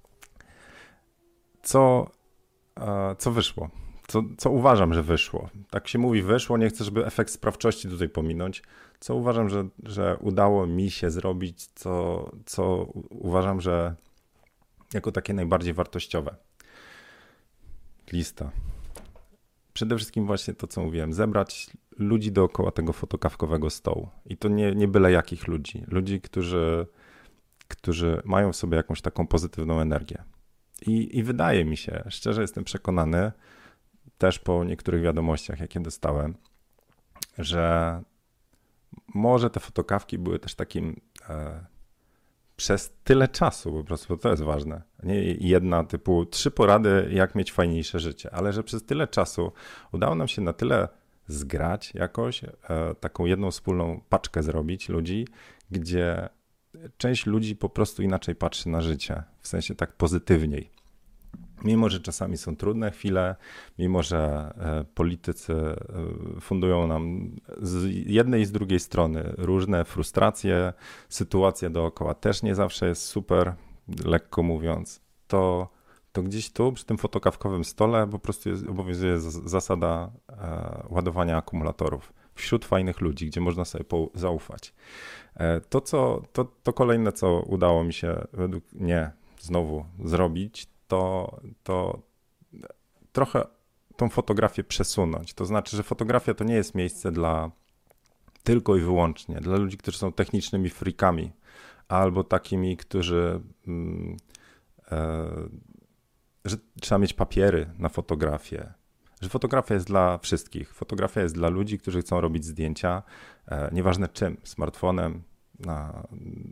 Co, co wyszło? Co, co uważam, że wyszło? Tak się mówi wyszło, nie chcę, żeby efekt sprawczości tutaj pominąć. Co uważam, że, że udało mi się zrobić, co, co uważam, że jako takie najbardziej wartościowe. Lista. Przede wszystkim właśnie to, co mówiłem, zebrać ludzi dookoła tego fotokawkowego stołu. I to nie, nie byle jakich ludzi. Ludzi, którzy, którzy mają w sobie jakąś taką pozytywną energię. I, I wydaje mi się, szczerze jestem przekonany, też po niektórych wiadomościach, jakie dostałem, że może te fotokawki były też takim e, przez tyle czasu, po prostu, bo to jest ważne. Nie jedna typu trzy porady, jak mieć fajniejsze życie, ale że przez tyle czasu udało nam się na tyle zgrać jakoś, e, taką jedną wspólną paczkę zrobić ludzi, gdzie część ludzi po prostu inaczej patrzy na życie, w sensie tak pozytywniej. Mimo że czasami są trudne chwile, mimo że politycy fundują nam z jednej i z drugiej strony różne frustracje, sytuacja dookoła też nie zawsze jest super, lekko mówiąc, to, to gdzieś tu przy tym fotokawkowym stole po prostu jest, obowiązuje zasada ładowania akumulatorów wśród fajnych ludzi, gdzie można sobie zaufać. To, co, to, to kolejne, co udało mi się według mnie znowu zrobić, to, to trochę tą fotografię przesunąć. To znaczy, że fotografia to nie jest miejsce dla tylko i wyłącznie dla ludzi, którzy są technicznymi freakami albo takimi, którzy mm, e, że trzeba mieć papiery na fotografię, że fotografia jest dla wszystkich. Fotografia jest dla ludzi, którzy chcą robić zdjęcia, e, nieważne czym, smartfonem, na,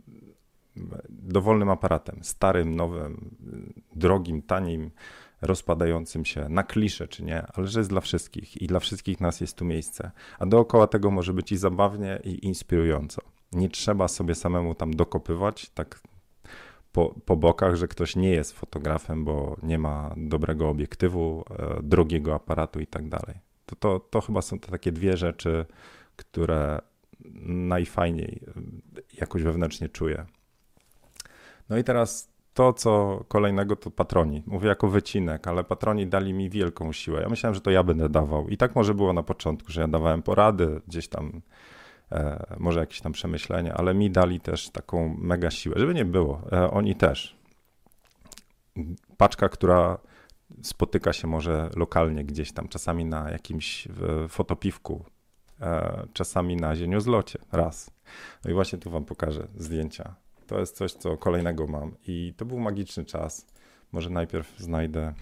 dowolnym aparatem, starym, nowym, drogim, tanim, rozpadającym się, na kliszę czy nie, ale że jest dla wszystkich i dla wszystkich nas jest tu miejsce. A dookoła tego może być i zabawnie, i inspirująco. Nie trzeba sobie samemu tam dokopywać tak po, po bokach, że ktoś nie jest fotografem, bo nie ma dobrego obiektywu, e, drogiego aparatu i tak dalej. To, to, to chyba są te takie dwie rzeczy, które najfajniej jakoś wewnętrznie czuję. No i teraz to, co kolejnego, to patroni. Mówię jako wycinek, ale patroni dali mi wielką siłę. Ja myślałem, że to ja będę dawał. I tak może było na początku, że ja dawałem porady, gdzieś tam, e, może jakieś tam przemyślenia, ale mi dali też taką mega siłę. Żeby nie było, e, oni też. Paczka, która spotyka się może lokalnie gdzieś tam, czasami na jakimś fotopiwku, e, czasami na zieniozlocie, raz. No i właśnie tu wam pokażę zdjęcia. To jest coś, co kolejnego mam i to był magiczny czas. Może najpierw znajdę,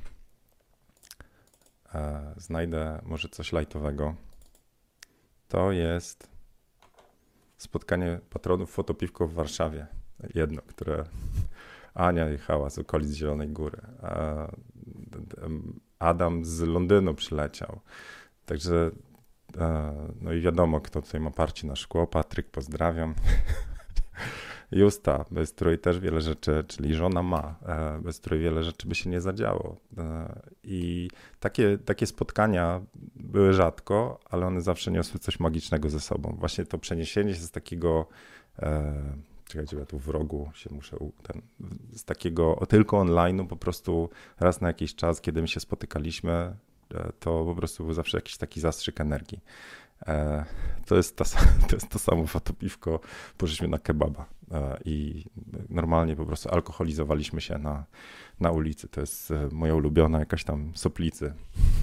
e, znajdę może coś lajtowego. To jest spotkanie patronów fotopiwko w Warszawie. Jedno, które Ania jechała z okolic Zielonej Góry. A Adam z Londynu przyleciał. Także e, no i wiadomo, kto tutaj ma parcie na szkło. Patryk, pozdrawiam. Justa, bez której też wiele rzeczy, czyli żona ma, bez której wiele rzeczy by się nie zadziało. I takie, takie spotkania były rzadko, ale one zawsze niosły coś magicznego ze sobą. Właśnie to przeniesienie się z takiego, e, czekajcie, ja tu w rogu się muszę, ten, z takiego tylko online'u po prostu raz na jakiś czas, kiedy my się spotykaliśmy, to po prostu był zawsze jakiś taki zastrzyk energii. To jest, ta, to jest to samo fotopiwko, poszliśmy na kebaba i normalnie po prostu alkoholizowaliśmy się na, na ulicy. To jest moja ulubiona jakaś tam soplicy.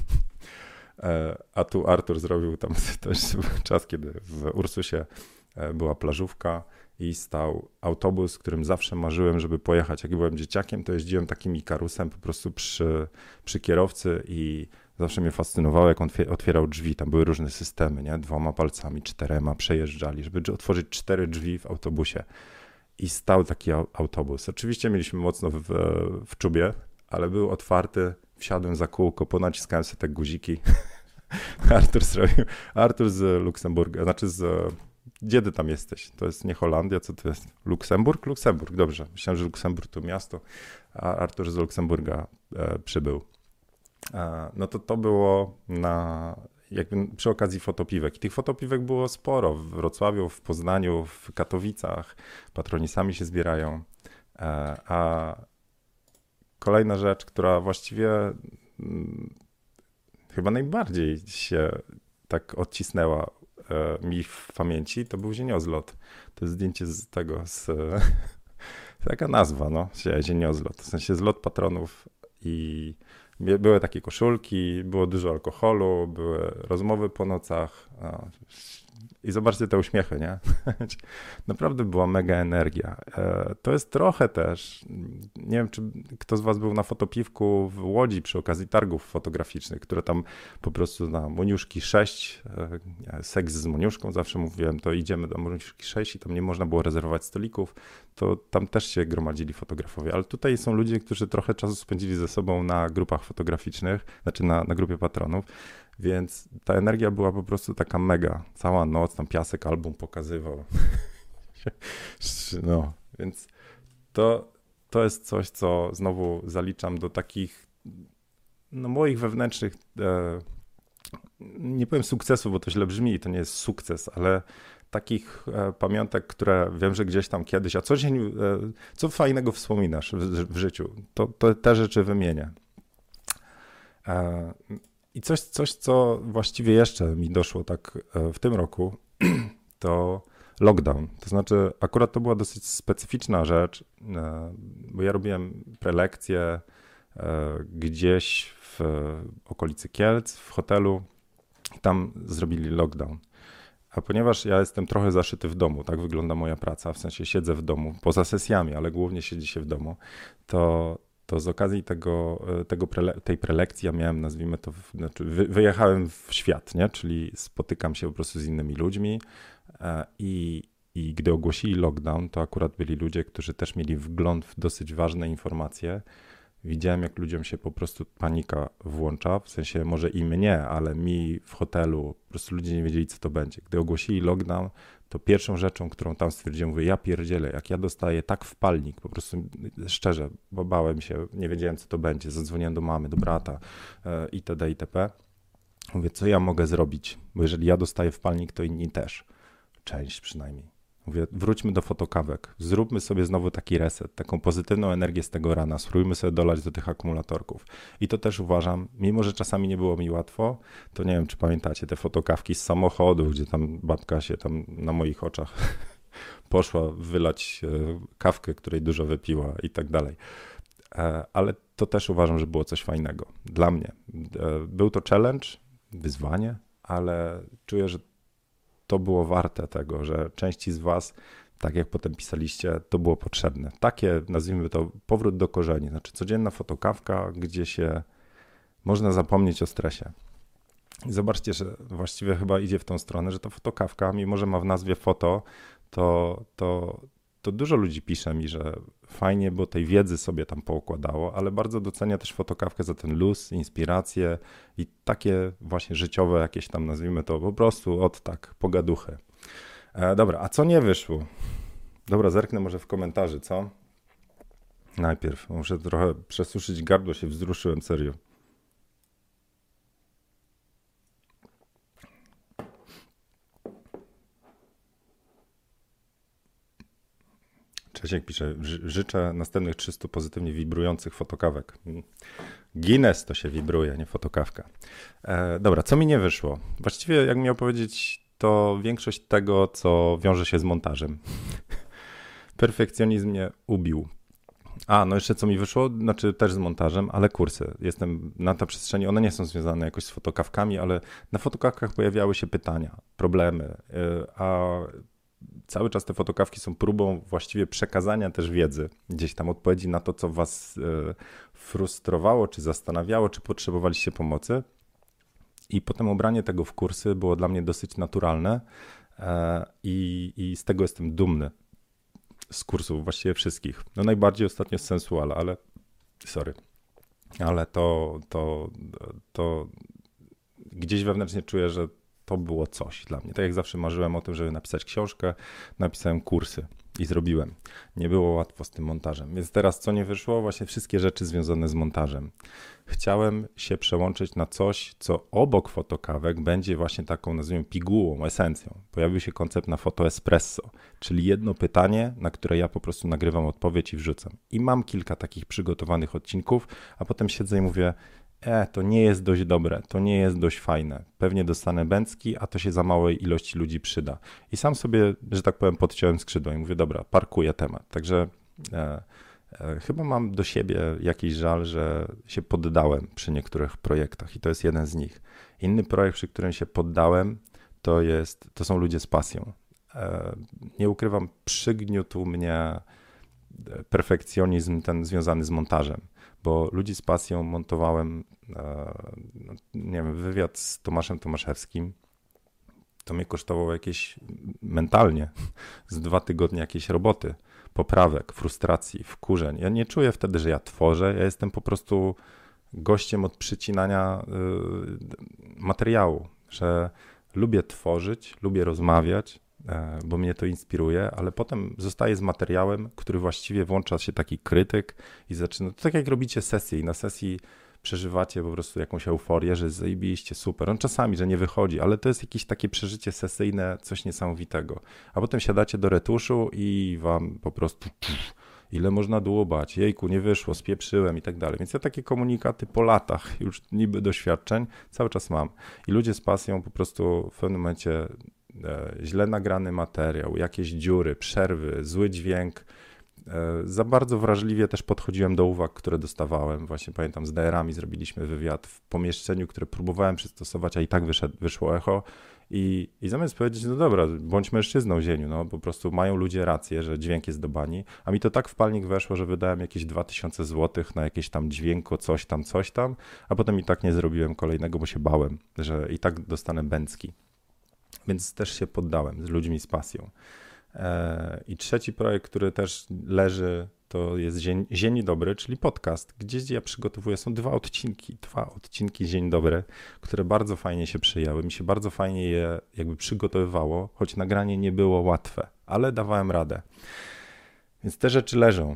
A tu Artur zrobił tam też czas, kiedy w Ursusie była plażówka i stał autobus, którym zawsze marzyłem, żeby pojechać. Jak byłem dzieciakiem, to jeździłem takim Ikarusem po prostu przy, przy kierowcy i zawsze mnie fascynowało, jak on otwierał drzwi. Tam były różne systemy, nie? Dwoma palcami, czterema przejeżdżali, żeby otworzyć cztery drzwi w autobusie. I stał taki autobus. Oczywiście mieliśmy mocno w, w czubie, ale był otwarty. Wsiadłem za kółko, ponaciskałem sobie te guziki. Artur zrobił. Artur z Luksemburga, znaczy z... Gdzie ty tam jesteś? To jest nie Holandia, co to jest? Luksemburg? Luksemburg, dobrze. Myślałem, że Luksemburg to miasto, a Artur z Luksemburga e, przybył. E, no to to było na, jakby przy okazji fotopiwek. I tych fotopiwek było sporo w Wrocławiu, w Poznaniu, w Katowicach. Patroni sami się zbierają. E, a kolejna rzecz, która właściwie m, chyba najbardziej się tak odcisnęła mi w pamięci, to był zieniozlot. To jest zdjęcie z tego, z taka nazwa, no, zieniozlot. W sensie zlot patronów i były takie koszulki, było dużo alkoholu, były rozmowy po nocach. I zobaczcie te uśmiechy, nie? Naprawdę była mega energia. To jest trochę też, nie wiem, czy kto z was był na fotopiwku w Łodzi przy okazji targów fotograficznych, które tam po prostu na Moniuszki sześć, seks z Moniuszką zawsze mówiłem, to idziemy do Moniuszki sześć i tam nie można było rezerwować stolików, to tam też się gromadzili fotografowie, ale tutaj są ludzie, którzy trochę czasu spędzili ze sobą na grupach fotograficznych, znaczy na, na grupie patronów. Więc ta energia była po prostu taka mega. Cała noc, tam Piasek album pokazywał. No, Więc to, to jest coś, co znowu zaliczam do takich no, moich wewnętrznych, e, nie powiem sukcesów, bo to źle brzmi, to nie jest sukces, ale takich e, pamiątek, które wiem, że gdzieś tam kiedyś, a co dzień, e, co fajnego wspominasz w, w życiu, to, to te rzeczy wymienię. E, I coś, coś, co właściwie jeszcze mi doszło tak e, w tym roku, to lockdown. To znaczy akurat to była dosyć specyficzna rzecz, e, bo ja robiłem prelekcje e, gdzieś w okolicy Kielc, w hotelu, i tam zrobili lockdown. A ponieważ ja jestem trochę zaszyty w domu, tak wygląda moja praca, w sensie siedzę w domu, poza sesjami, ale głównie siedzi się w domu, to, to z okazji tego, tego prele- tej prelekcji ja miałem, nazwijmy to, w, znaczy wy, wyjechałem w świat, nie? Czyli spotykam się po prostu z innymi ludźmi e, i, i gdy ogłosili lockdown, to akurat byli ludzie, którzy też mieli wgląd w dosyć ważne informacje. Widziałem, jak ludziom się po prostu panika włącza, w sensie może i mnie, ale mi w hotelu, po prostu ludzie nie wiedzieli, co to będzie. Gdy ogłosili lockdown, to pierwszą rzeczą, którą tam stwierdziłem, mówię, ja pierdzielę, jak ja dostaję tak w palnik, po prostu szczerze, bo bałem się, nie wiedziałem, co to będzie, zadzwoniłem do mamy, do brata itd. itp. Mówię, co ja mogę zrobić, bo jeżeli ja dostaję w palnik, to inni też, część przynajmniej. Mówię, wróćmy do fotokawek, zróbmy sobie znowu taki reset, taką pozytywną energię z tego rana, spróbujmy sobie dolać do tych akumulatorków. I to też uważam, mimo że czasami nie było mi łatwo, to nie wiem, czy pamiętacie te fotokawki z samochodu, gdzie tam babka się tam na moich oczach poszła wylać kawkę, której dużo wypiła i tak dalej. Ale to też uważam, że było coś fajnego dla mnie. Był to challenge, wyzwanie, ale czuję, że to było warte tego, że części z was, tak jak potem pisaliście, to było potrzebne. Takie, nazwijmy to, powrót do korzeni, znaczy codzienna fotokawka, gdzie się można zapomnieć o stresie. I zobaczcie, że właściwie chyba idzie w tą stronę, że ta fotokawka, mimo że ma w nazwie foto, to, to, to dużo ludzi pisze mi, że fajnie, bo tej wiedzy sobie tam poukładało, ale bardzo docenia też fotokawkę za ten luz, inspirację i takie właśnie życiowe jakieś tam, nazwijmy to po prostu od tak, pogaduchy. E, dobra, a co nie wyszło? Dobra, zerknę może w komentarze, co? Najpierw muszę trochę przesuszyć gardło, się wzruszyłem, serio. Czesiek pisze, życzę następnych trzystu pozytywnie wibrujących fotokawek. Guinness to się wibruje, nie fotokawka. E, dobra, co mi nie wyszło? Właściwie jak miał powiedzieć, to większość tego, co wiąże się z montażem. Perfekcjonizm mnie ubił. A, no jeszcze co mi wyszło, znaczy też z montażem, ale kursy. Jestem na tej przestrzeni, one nie są związane jakoś z fotokawkami, ale na fotokawkach pojawiały się pytania, problemy, a cały czas te fotokawki są próbą właściwie przekazania też wiedzy, gdzieś tam odpowiedzi na to, co was frustrowało, czy zastanawiało, czy potrzebowaliście pomocy. I potem ubranie tego w kursy było dla mnie dosyć naturalne i, i z tego jestem dumny. Z kursów właściwie wszystkich. No najbardziej ostatnio z Sensuala, ale sorry. Ale to, to, to gdzieś wewnętrznie czuję, że to było coś dla mnie. Tak jak zawsze marzyłem o tym, żeby napisać książkę, napisałem kursy i zrobiłem. Nie było łatwo z tym montażem. Więc teraz co nie wyszło? Właśnie wszystkie rzeczy związane z montażem. Chciałem się przełączyć na coś, co obok fotokawek będzie właśnie taką, nazwijmy, pigułą, esencją. Pojawił się koncept na foto espresso, czyli jedno pytanie, na które ja po prostu nagrywam odpowiedź i wrzucam. I mam kilka takich przygotowanych odcinków, a potem siedzę i mówię, e, to nie jest dość dobre, to nie jest dość fajne. Pewnie dostanę bęcki, a to się za małej ilości ludzi przyda. I sam sobie, że tak powiem, podciąłem skrzydła i mówię, dobra, parkuję temat. Także e, e, chyba mam do siebie jakiś żal, że się poddałem przy niektórych projektach i to jest jeden z nich. Inny projekt, przy którym się poddałem, to, jest, to są ludzie z pasją. E, nie ukrywam, przygniótł mnie perfekcjonizm ten związany z montażem. Bo ludzi z pasją montowałem, nie wiem, wywiad z Tomaszem Tomaszewskim. To mnie kosztowało jakieś mentalnie z dwa tygodnie jakiejś roboty, poprawek, frustracji, wkurzeń. Ja nie czuję wtedy, że ja tworzę, ja jestem po prostu gościem od przycinania materiału, że lubię tworzyć, lubię rozmawiać, bo mnie to inspiruje, ale potem zostaje z materiałem, który właściwie włącza się taki krytyk i zaczyna, to tak jak robicie sesję i na sesji przeżywacie po prostu jakąś euforię, że zajebiście, super. No czasami, że nie wychodzi, ale to jest jakieś takie przeżycie sesyjne, coś niesamowitego. A potem siadacie do retuszu i wam po prostu pff, ile można dłubać, jejku, nie wyszło, spieprzyłem i tak dalej. Więc ja takie komunikaty po latach już niby doświadczeń cały czas mam. I ludzie z pasją po prostu w pewnym momencie e, źle nagrany materiał, jakieś dziury, przerwy, zły dźwięk. Za bardzo wrażliwie też podchodziłem do uwag, które dostawałem. Właśnie pamiętam, z D R-ami zrobiliśmy wywiad w pomieszczeniu, które próbowałem przystosować, a i tak wyszedł, wyszło echo. I, I zamiast powiedzieć, no dobra, bądź mężczyzną, Zieniu, no po prostu mają ludzie rację, że dźwięk jest do bani, a mi to tak w palnik weszło, że wydałem jakieś dwa tysiące złotych na jakieś tam dźwięko, coś tam, coś tam, a potem i tak nie zrobiłem kolejnego, bo się bałem, że i tak dostanę bęcki. Więc też się poddałem z ludźmi z pasją. I trzeci projekt, który też leży, to jest Zień, Zień Dobry, czyli podcast, gdzie ja przygotowuję, są dwa odcinki, dwa odcinki Zień Dobry, które bardzo fajnie się przyjęły, mi się bardzo fajnie je jakby przygotowywało, choć nagranie nie było łatwe, ale dawałem radę. Więc te rzeczy leżą.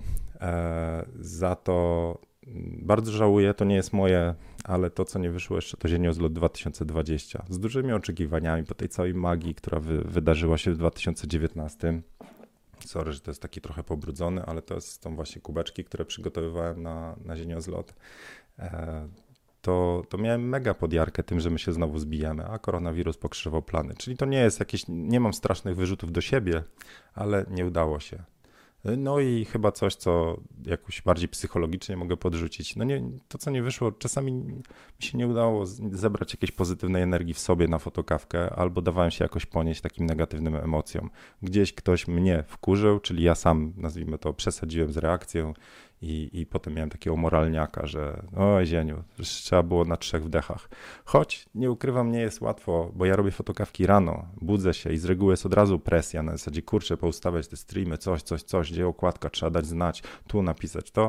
Za to bardzo żałuję, to nie jest moje, ale to, co nie wyszło jeszcze, to Zieniozlot dwa tysiące dwudziesty. Z dużymi oczekiwaniami po tej całej magii, która wy, wydarzyła się w dwa tysiące dziewiętnastym. Sorry, że to jest taki trochę pobrudzony, ale to są właśnie kubeczki, które przygotowywałem na, na Zieniozlot. E, to, to miałem mega podjarkę tym, że my się znowu zbijamy, a koronawirus pokrzyżował plany. Czyli to nie jest jakieś, nie mam strasznych wyrzutów do siebie, ale nie udało się. No i chyba coś, co jakoś bardziej psychologicznie mogę podrzucić. No nie, to, co nie wyszło, czasami mi się nie udało zebrać jakiejś pozytywnej energii w sobie na fotokawkę, albo dawałem się jakoś ponieść takim negatywnym emocjom. Gdzieś ktoś mnie wkurzył, czyli ja sam, nazwijmy to, przesadziłem z reakcją i, i potem miałem takiego moralniaka, że oj Zieniu, trzeba było na trzech wdechach. Choć nie ukrywam, nie jest łatwo, bo ja robię fotokawki rano, budzę się i z reguły jest od razu presja na zasadzie, kurczę, poustawiać te streamy, coś, coś, coś, gdzie okładka, trzeba dać znać, tu napisać to.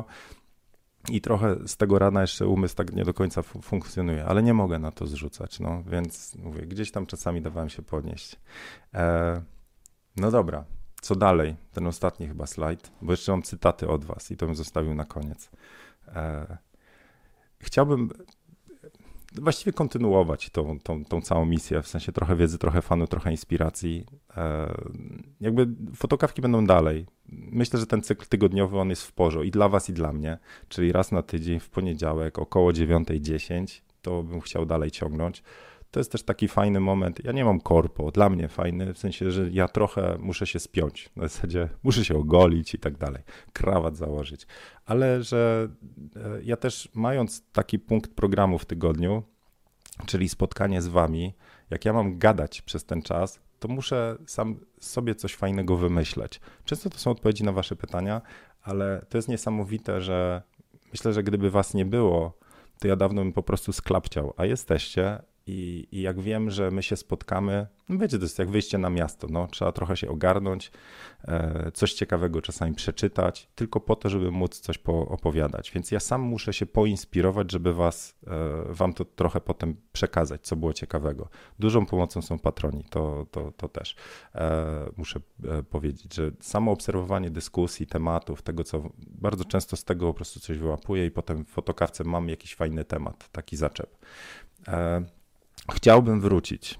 I trochę z tego rana jeszcze umysł tak nie do końca fu- funkcjonuje, ale nie mogę na to zrzucać, no więc mówię, gdzieś tam czasami dawałem się podnieść. E, no dobra. Co dalej? Ten ostatni chyba slajd, bo jeszcze mam cytaty od was i to bym zostawił na koniec. E, chciałbym właściwie kontynuować tą, tą, tą całą misję, w sensie trochę wiedzy, trochę fanu, trochę inspiracji. E, jakby fotokawki będą dalej. Myślę, że ten cykl tygodniowy on jest w porządku i dla was, i dla mnie, czyli raz na tydzień w poniedziałek około dziewiąta dziesięć, to bym chciał dalej ciągnąć. To jest też taki fajny moment, ja nie mam korpo, dla mnie fajny, w sensie, że ja trochę muszę się spiąć, na zasadzie muszę się ogolić i tak dalej, krawat założyć, ale że ja też mając taki punkt programu w tygodniu, czyli spotkanie z wami, jak ja mam gadać przez ten czas, to muszę sam sobie coś fajnego wymyśleć. Często to są odpowiedzi na wasze pytania, ale to jest niesamowite, że myślę, że gdyby was nie było, to ja dawno bym po prostu sklapciał, a jesteście. I, I jak wiem, że my się spotkamy, no wiecie, to jest jak wyjście na miasto, no, trzeba trochę się ogarnąć, e, coś ciekawego czasami przeczytać, tylko po to, żeby móc coś opowiadać. Więc ja sam muszę się poinspirować, żeby was, e, wam to trochę potem przekazać, co było ciekawego. Dużą pomocą są patroni, to, to, to też e, muszę e, powiedzieć, że samo obserwowanie dyskusji, tematów, tego co bardzo często z tego po prostu coś wyłapuję i potem w fotokawce mam jakiś fajny temat, taki zaczep. E, Chciałbym wrócić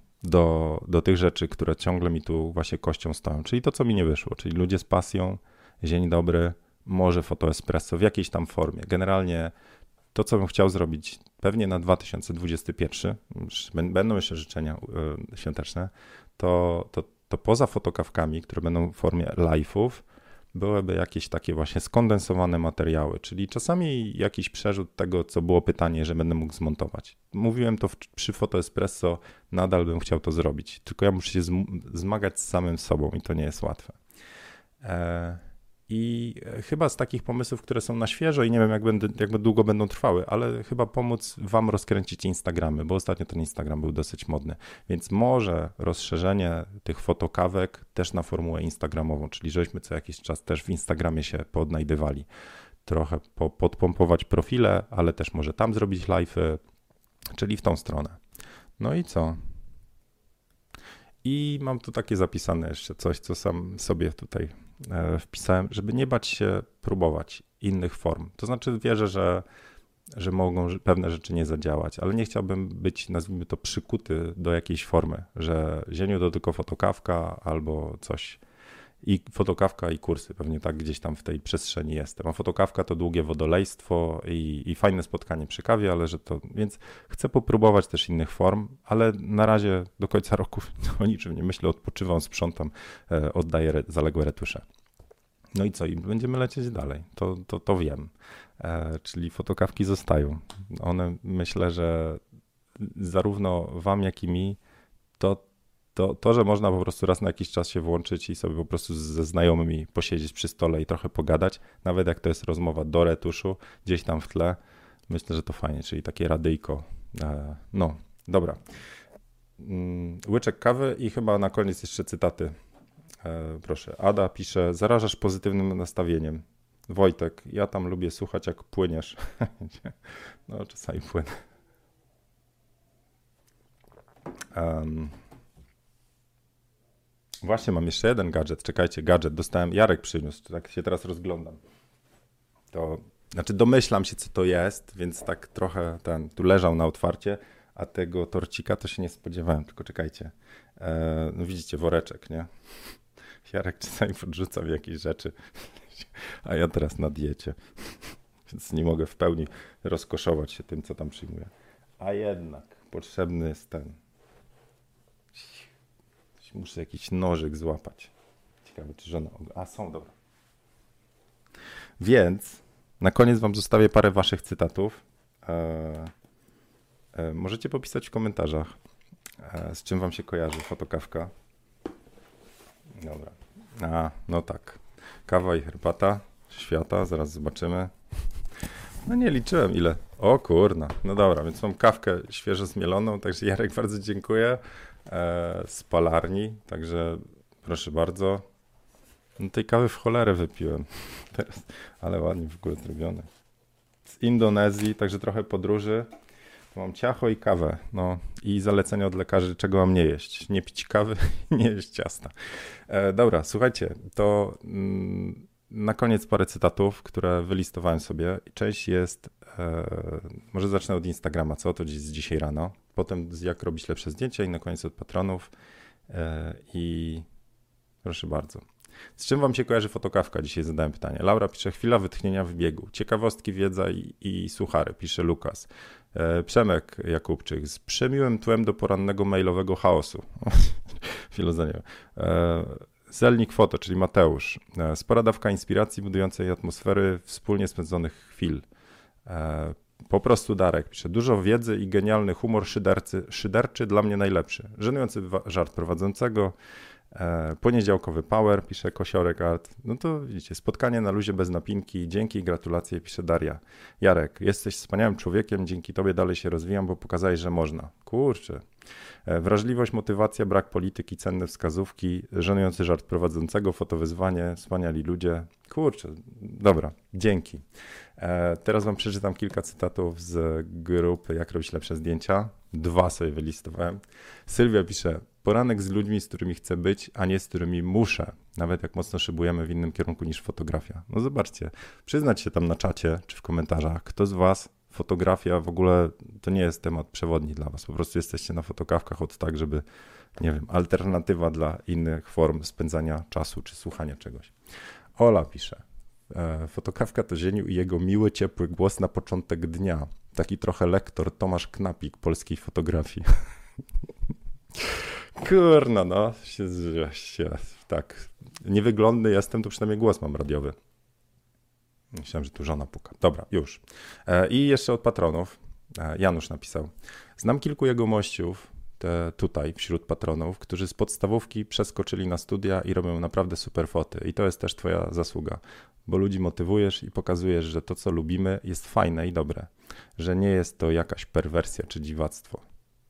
do, do tych rzeczy, które ciągle mi tu właśnie kością stoją, czyli to, co mi nie wyszło, czyli ludzie z pasją, Dzień Dobry, może Foto Espresso w jakiejś tam formie. Generalnie to, co bym chciał zrobić pewnie na dwa tysiące dwudziesty pierwszy, będą jeszcze życzenia świąteczne, to, to, to poza fotokawkami, które będą w formie live'ów, byłyby jakieś takie właśnie skondensowane materiały, czyli czasami jakiś przerzut tego, co było pytanie, że będę mógł zmontować. Mówiłem to w, przy Foto Espresso, nadal bym chciał to zrobić, tylko ja muszę się zmagać z samym sobą i to nie jest łatwe. E, I chyba z takich pomysłów, które są na świeżo i nie wiem, jak, będę, jak długo będą trwały, ale chyba pomóc wam rozkręcić Instagramy, bo ostatnio ten Instagram był dosyć modny, więc może rozszerzenie tych fotokawek też na formułę instagramową, czyli żeśmy co jakiś czas też w Instagramie się poodnajdywali. Trochę po, podpompować profile, ale też może tam zrobić live'y, czyli w tą stronę. No i co? I mam tu takie zapisane jeszcze coś, co sam sobie tutaj wpisałem, żeby nie bać się próbować innych form. To znaczy wierzę, że, że mogą pewne rzeczy nie zadziałać, ale nie chciałbym być, nazwijmy to, przykuty do jakiejś formy, że Zieniu to tylko fotokawka albo coś. I fotokawka i kursy, pewnie tak gdzieś tam w tej przestrzeni jestem. A fotokawka to długie wodolejstwo i, i fajne spotkanie przy kawie, ale że to, więc chcę popróbować też innych form, ale na razie do końca roku o niczym nie myślę, odpoczywam, sprzątam, e, oddaję re, zaległe retusze. No i co? I będziemy lecieć dalej, to, to, to wiem. E, czyli fotokawki zostają. One, myślę, że zarówno wam, jak i mi, to To, to, że można po prostu raz na jakiś czas się włączyć i sobie po prostu ze znajomymi posiedzieć przy stole i trochę pogadać, nawet jak to jest rozmowa do retuszu, gdzieś tam w tle, myślę, że to fajnie, czyli takie radyjko. No, dobra. Łyczek kawy i chyba na koniec jeszcze cytaty. Proszę, Ada pisze, zarażasz pozytywnym nastawieniem. Wojtek, ja tam lubię słuchać, jak płyniesz. No, czasami płynę. Um. Właśnie, mam jeszcze jeden gadżet. Czekajcie, gadżet dostałem, Jarek przyniósł, tak się teraz rozglądam. To, znaczy domyślam się, co to jest, więc tak trochę ten, tu leżał na otwarcie, a tego torcika to się nie spodziewałem, tylko czekajcie. E, no widzicie, woreczek, nie? Jarek czasami podrzuca w jakieś rzeczy, a ja teraz na diecie, więc nie mogę w pełni rozkoszować się tym, co tam przyjmuję. A jednak potrzebny jest ten... Muszę jakiś nożyk złapać. Ciekawe, czy żona... A, są, dobra. Więc na koniec wam zostawię parę waszych cytatów. E, e, możecie popisać w komentarzach, e, z czym wam się kojarzy fotokawka. Dobra. A, no tak. Kawa i herbata świata, zaraz zobaczymy. No nie liczyłem ile. O kurna. No dobra, więc mam kawkę świeżo zmieloną, także Jarek, bardzo dziękuję. Z palarni, także proszę bardzo. No tej kawy w cholerę wypiłem teraz, ale ładnie w ogóle zrobione. Z Indonezji, także trochę podróży. Tu mam ciacho i kawę, no i zalecenia od lekarzy, czego mam nie jeść. Nie pić kawy i nie jeść ciasta. E, dobra, słuchajcie, to mm, na koniec parę cytatów, które wylistowałem sobie. Część jest, e, może zacznę od Instagrama, co to jest dzisiaj rano. Potem jak robić lepsze zdjęcia i na koniec od patronów. E, I proszę bardzo. Z czym wam się kojarzy fotokawka? Dzisiaj zadałem pytanie. Laura pisze, chwila wytchnienia w biegu. Ciekawostki, wiedza i, i suchary, pisze Lukas. E, Przemek Jakubczyk, z przemiłym tłem do porannego mailowego chaosu. Filozofia. E, Zelnik Foto, czyli Mateusz. E, spora dawka inspiracji budującej atmosfery wspólnie spędzonych chwil. E, Po prostu Darek pisze, dużo wiedzy i genialny humor szydercy, szyderczy, dla mnie najlepszy. Żenujący żart prowadzącego, e, poniedziałkowy power, pisze Kosiorek Art. No to widzicie, spotkanie na luzie bez napinki, dzięki i gratulacje, pisze Daria. Jarek, jesteś wspaniałym człowiekiem, dzięki tobie dalej się rozwijam, bo pokazałeś, że można. Kurczę. E, wrażliwość, motywacja, brak polityki, cenne wskazówki, żenujący żart prowadzącego, fotowyzwanie, wspaniali ludzie. Kurczę, dobra, dzięki. Teraz wam przeczytam kilka cytatów z grupy Jak robić lepsze zdjęcia. Dwa sobie wylistowałem. Sylwia pisze, poranek z ludźmi, z którymi chcę być, a nie z którymi muszę. Nawet jak mocno szybujemy w innym kierunku niż fotografia. No zobaczcie, przyznać się tam na czacie czy w komentarzach, kto z was fotografia w ogóle to nie jest temat przewodni dla was. Po prostu jesteście na fotokawkach od tak, żeby, nie wiem, alternatywa dla innych form spędzania czasu czy słuchania czegoś. Ola pisze, fotokawka to Zieniu i jego miły, ciepły głos na początek dnia. Taki trochę lektor Tomasz Knapik polskiej fotografii. Kurno, no. Się, się, tak. Niewyglądny jestem, to przynajmniej głos mam radiowy. Myślałem, że tu żona puka. Dobra, już. I jeszcze od patronów. Janusz napisał. Znam kilku jegomościów te tutaj wśród patronów, którzy z podstawówki przeskoczyli na studia i robią naprawdę super foty. I to jest też twoja zasługa, bo ludzi motywujesz i pokazujesz, że to, co lubimy, jest fajne i dobre. Że nie jest to jakaś perwersja czy dziwactwo.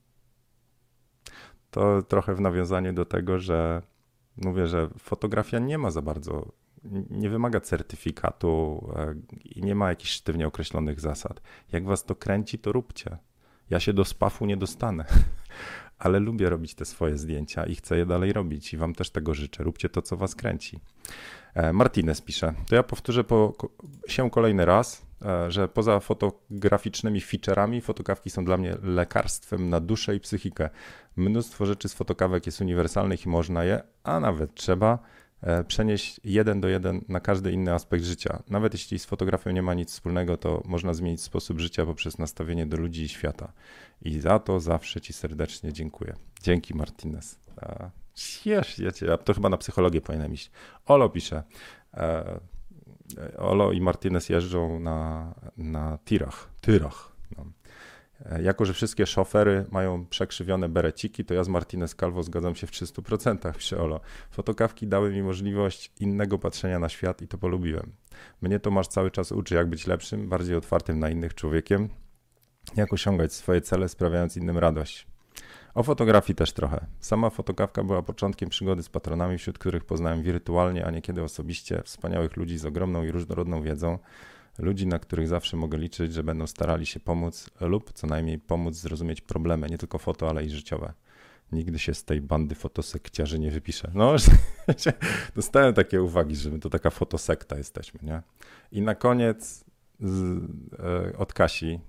To trochę w nawiązaniu do tego, że mówię, że fotografia nie ma za bardzo, nie wymaga certyfikatu i nie ma jakichś sztywnie określonych zasad. Jak was to kręci, to róbcie. Ja się do spafu nie dostanę, ale lubię robić te swoje zdjęcia i chcę je dalej robić i wam też tego życzę. Róbcie to, co was kręci. Martinez pisze, to ja powtórzę po, się kolejny raz, że poza fotograficznymi feature'ami fotokawki są dla mnie lekarstwem na duszę i psychikę. Mnóstwo rzeczy z fotokawek jest uniwersalnych i można je, a nawet trzeba przenieść jeden do jeden na każdy inny aspekt życia. Nawet jeśli z fotografią nie ma nic wspólnego, to można zmienić sposób życia poprzez nastawienie do ludzi i świata. I za to zawsze ci serdecznie dziękuję. Dzięki, Martinez. Jeż, ja cię, to chyba na psychologię powinienem iść. Olo pisze, e, Olo i Martinez jeżdżą na, na tirach, tyrach. No. E, jako, że wszystkie szofery mają przekrzywione bereciki, to ja z Martinez Calvo zgadzam się w trzystu procentach, pisze Olo. Fotokawki dały mi możliwość innego patrzenia na świat i to polubiłem. Mnie Tomasz cały czas uczy, jak być lepszym, bardziej otwartym na innych człowiekiem, jak osiągać swoje cele, sprawiając innym radość. O fotografii też trochę. Sama fotokawka była początkiem przygody z patronami, wśród których poznałem wirtualnie, a niekiedy osobiście wspaniałych ludzi z ogromną i różnorodną wiedzą. Ludzi, na których zawsze mogę liczyć, że będą starali się pomóc lub co najmniej pomóc zrozumieć problemy, nie tylko foto, ale i życiowe. Nigdy się z tej bandy fotosekciarzy nie wypiszę. No, dostałem takie uwagi, że my to taka fotosekta jesteśmy, nie? I na koniec z, e, od Kasi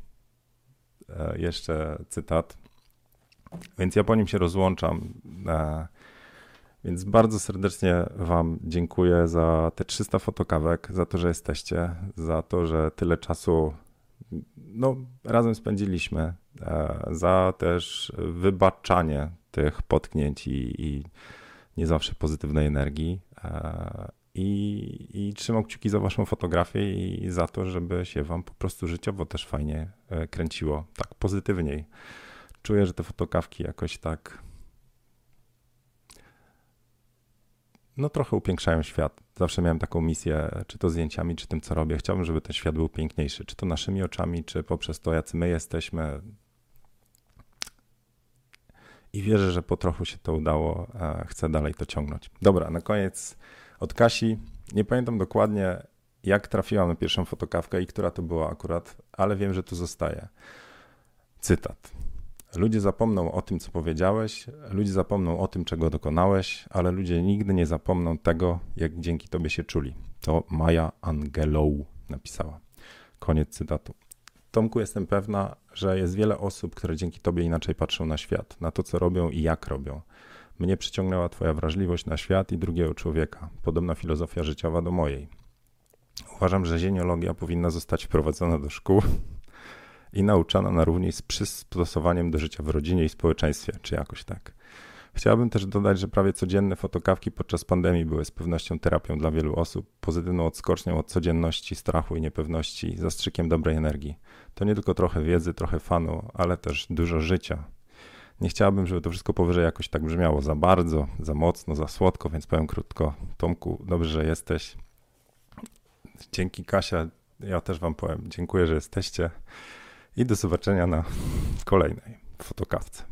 e, jeszcze cytat. Więc ja po nim się rozłączam. Więc bardzo serdecznie wam dziękuję za te trzysta fotokawek, za to, że jesteście, za to, że tyle czasu no, razem spędziliśmy, za też wybaczanie tych potknięć i, i nie zawsze pozytywnej energii. I, I trzymam kciuki za waszą fotografię i za to, żeby się wam po prostu życiowo też fajnie kręciło, tak pozytywniej. Czuję, że te fotokawki jakoś tak no trochę upiększają świat. Zawsze miałem taką misję, czy to zdjęciami, czy tym, co robię. Chciałbym, żeby ten świat był piękniejszy, czy to naszymi oczami, czy poprzez to, jacy my jesteśmy. I wierzę, że po trochu się to udało. Chcę dalej to ciągnąć. Dobra, na koniec od Kasi. Nie pamiętam dokładnie, jak trafiłam na pierwszą fotokawkę i która to była akurat, ale wiem, że tu zostaje. Cytat. Ludzie zapomną o tym, co powiedziałeś, ludzie zapomną o tym, czego dokonałeś, ale ludzie nigdy nie zapomną tego, jak dzięki tobie się czuli. To Maya Angelou napisała. Koniec cytatu. Tomku, jestem pewna, że jest wiele osób, które dzięki tobie inaczej patrzą na świat, na to, co robią i jak robią. Mnie przyciągnęła twoja wrażliwość na świat i drugiego człowieka. Podobna filozofia życiowa do mojej. Uważam, że zieniologia powinna zostać wprowadzona do szkół i nauczana na równi z przystosowaniem do życia w rodzinie i społeczeństwie, czy jakoś tak. Chciałabym też dodać, że prawie codzienne fotokawki podczas pandemii były z pewnością terapią dla wielu osób, pozytywną odskocznią od codzienności, strachu i niepewności, zastrzykiem dobrej energii. To nie tylko trochę wiedzy, trochę fanu, ale też dużo życia. Nie chciałabym, żeby to wszystko powyżej jakoś tak brzmiało za bardzo, za mocno, za słodko, więc powiem krótko. Tomku, dobrze, że jesteś. Dzięki, Kasia, ja też wam powiem, dziękuję, że jesteście. I do zobaczenia na kolejnej fotokawce.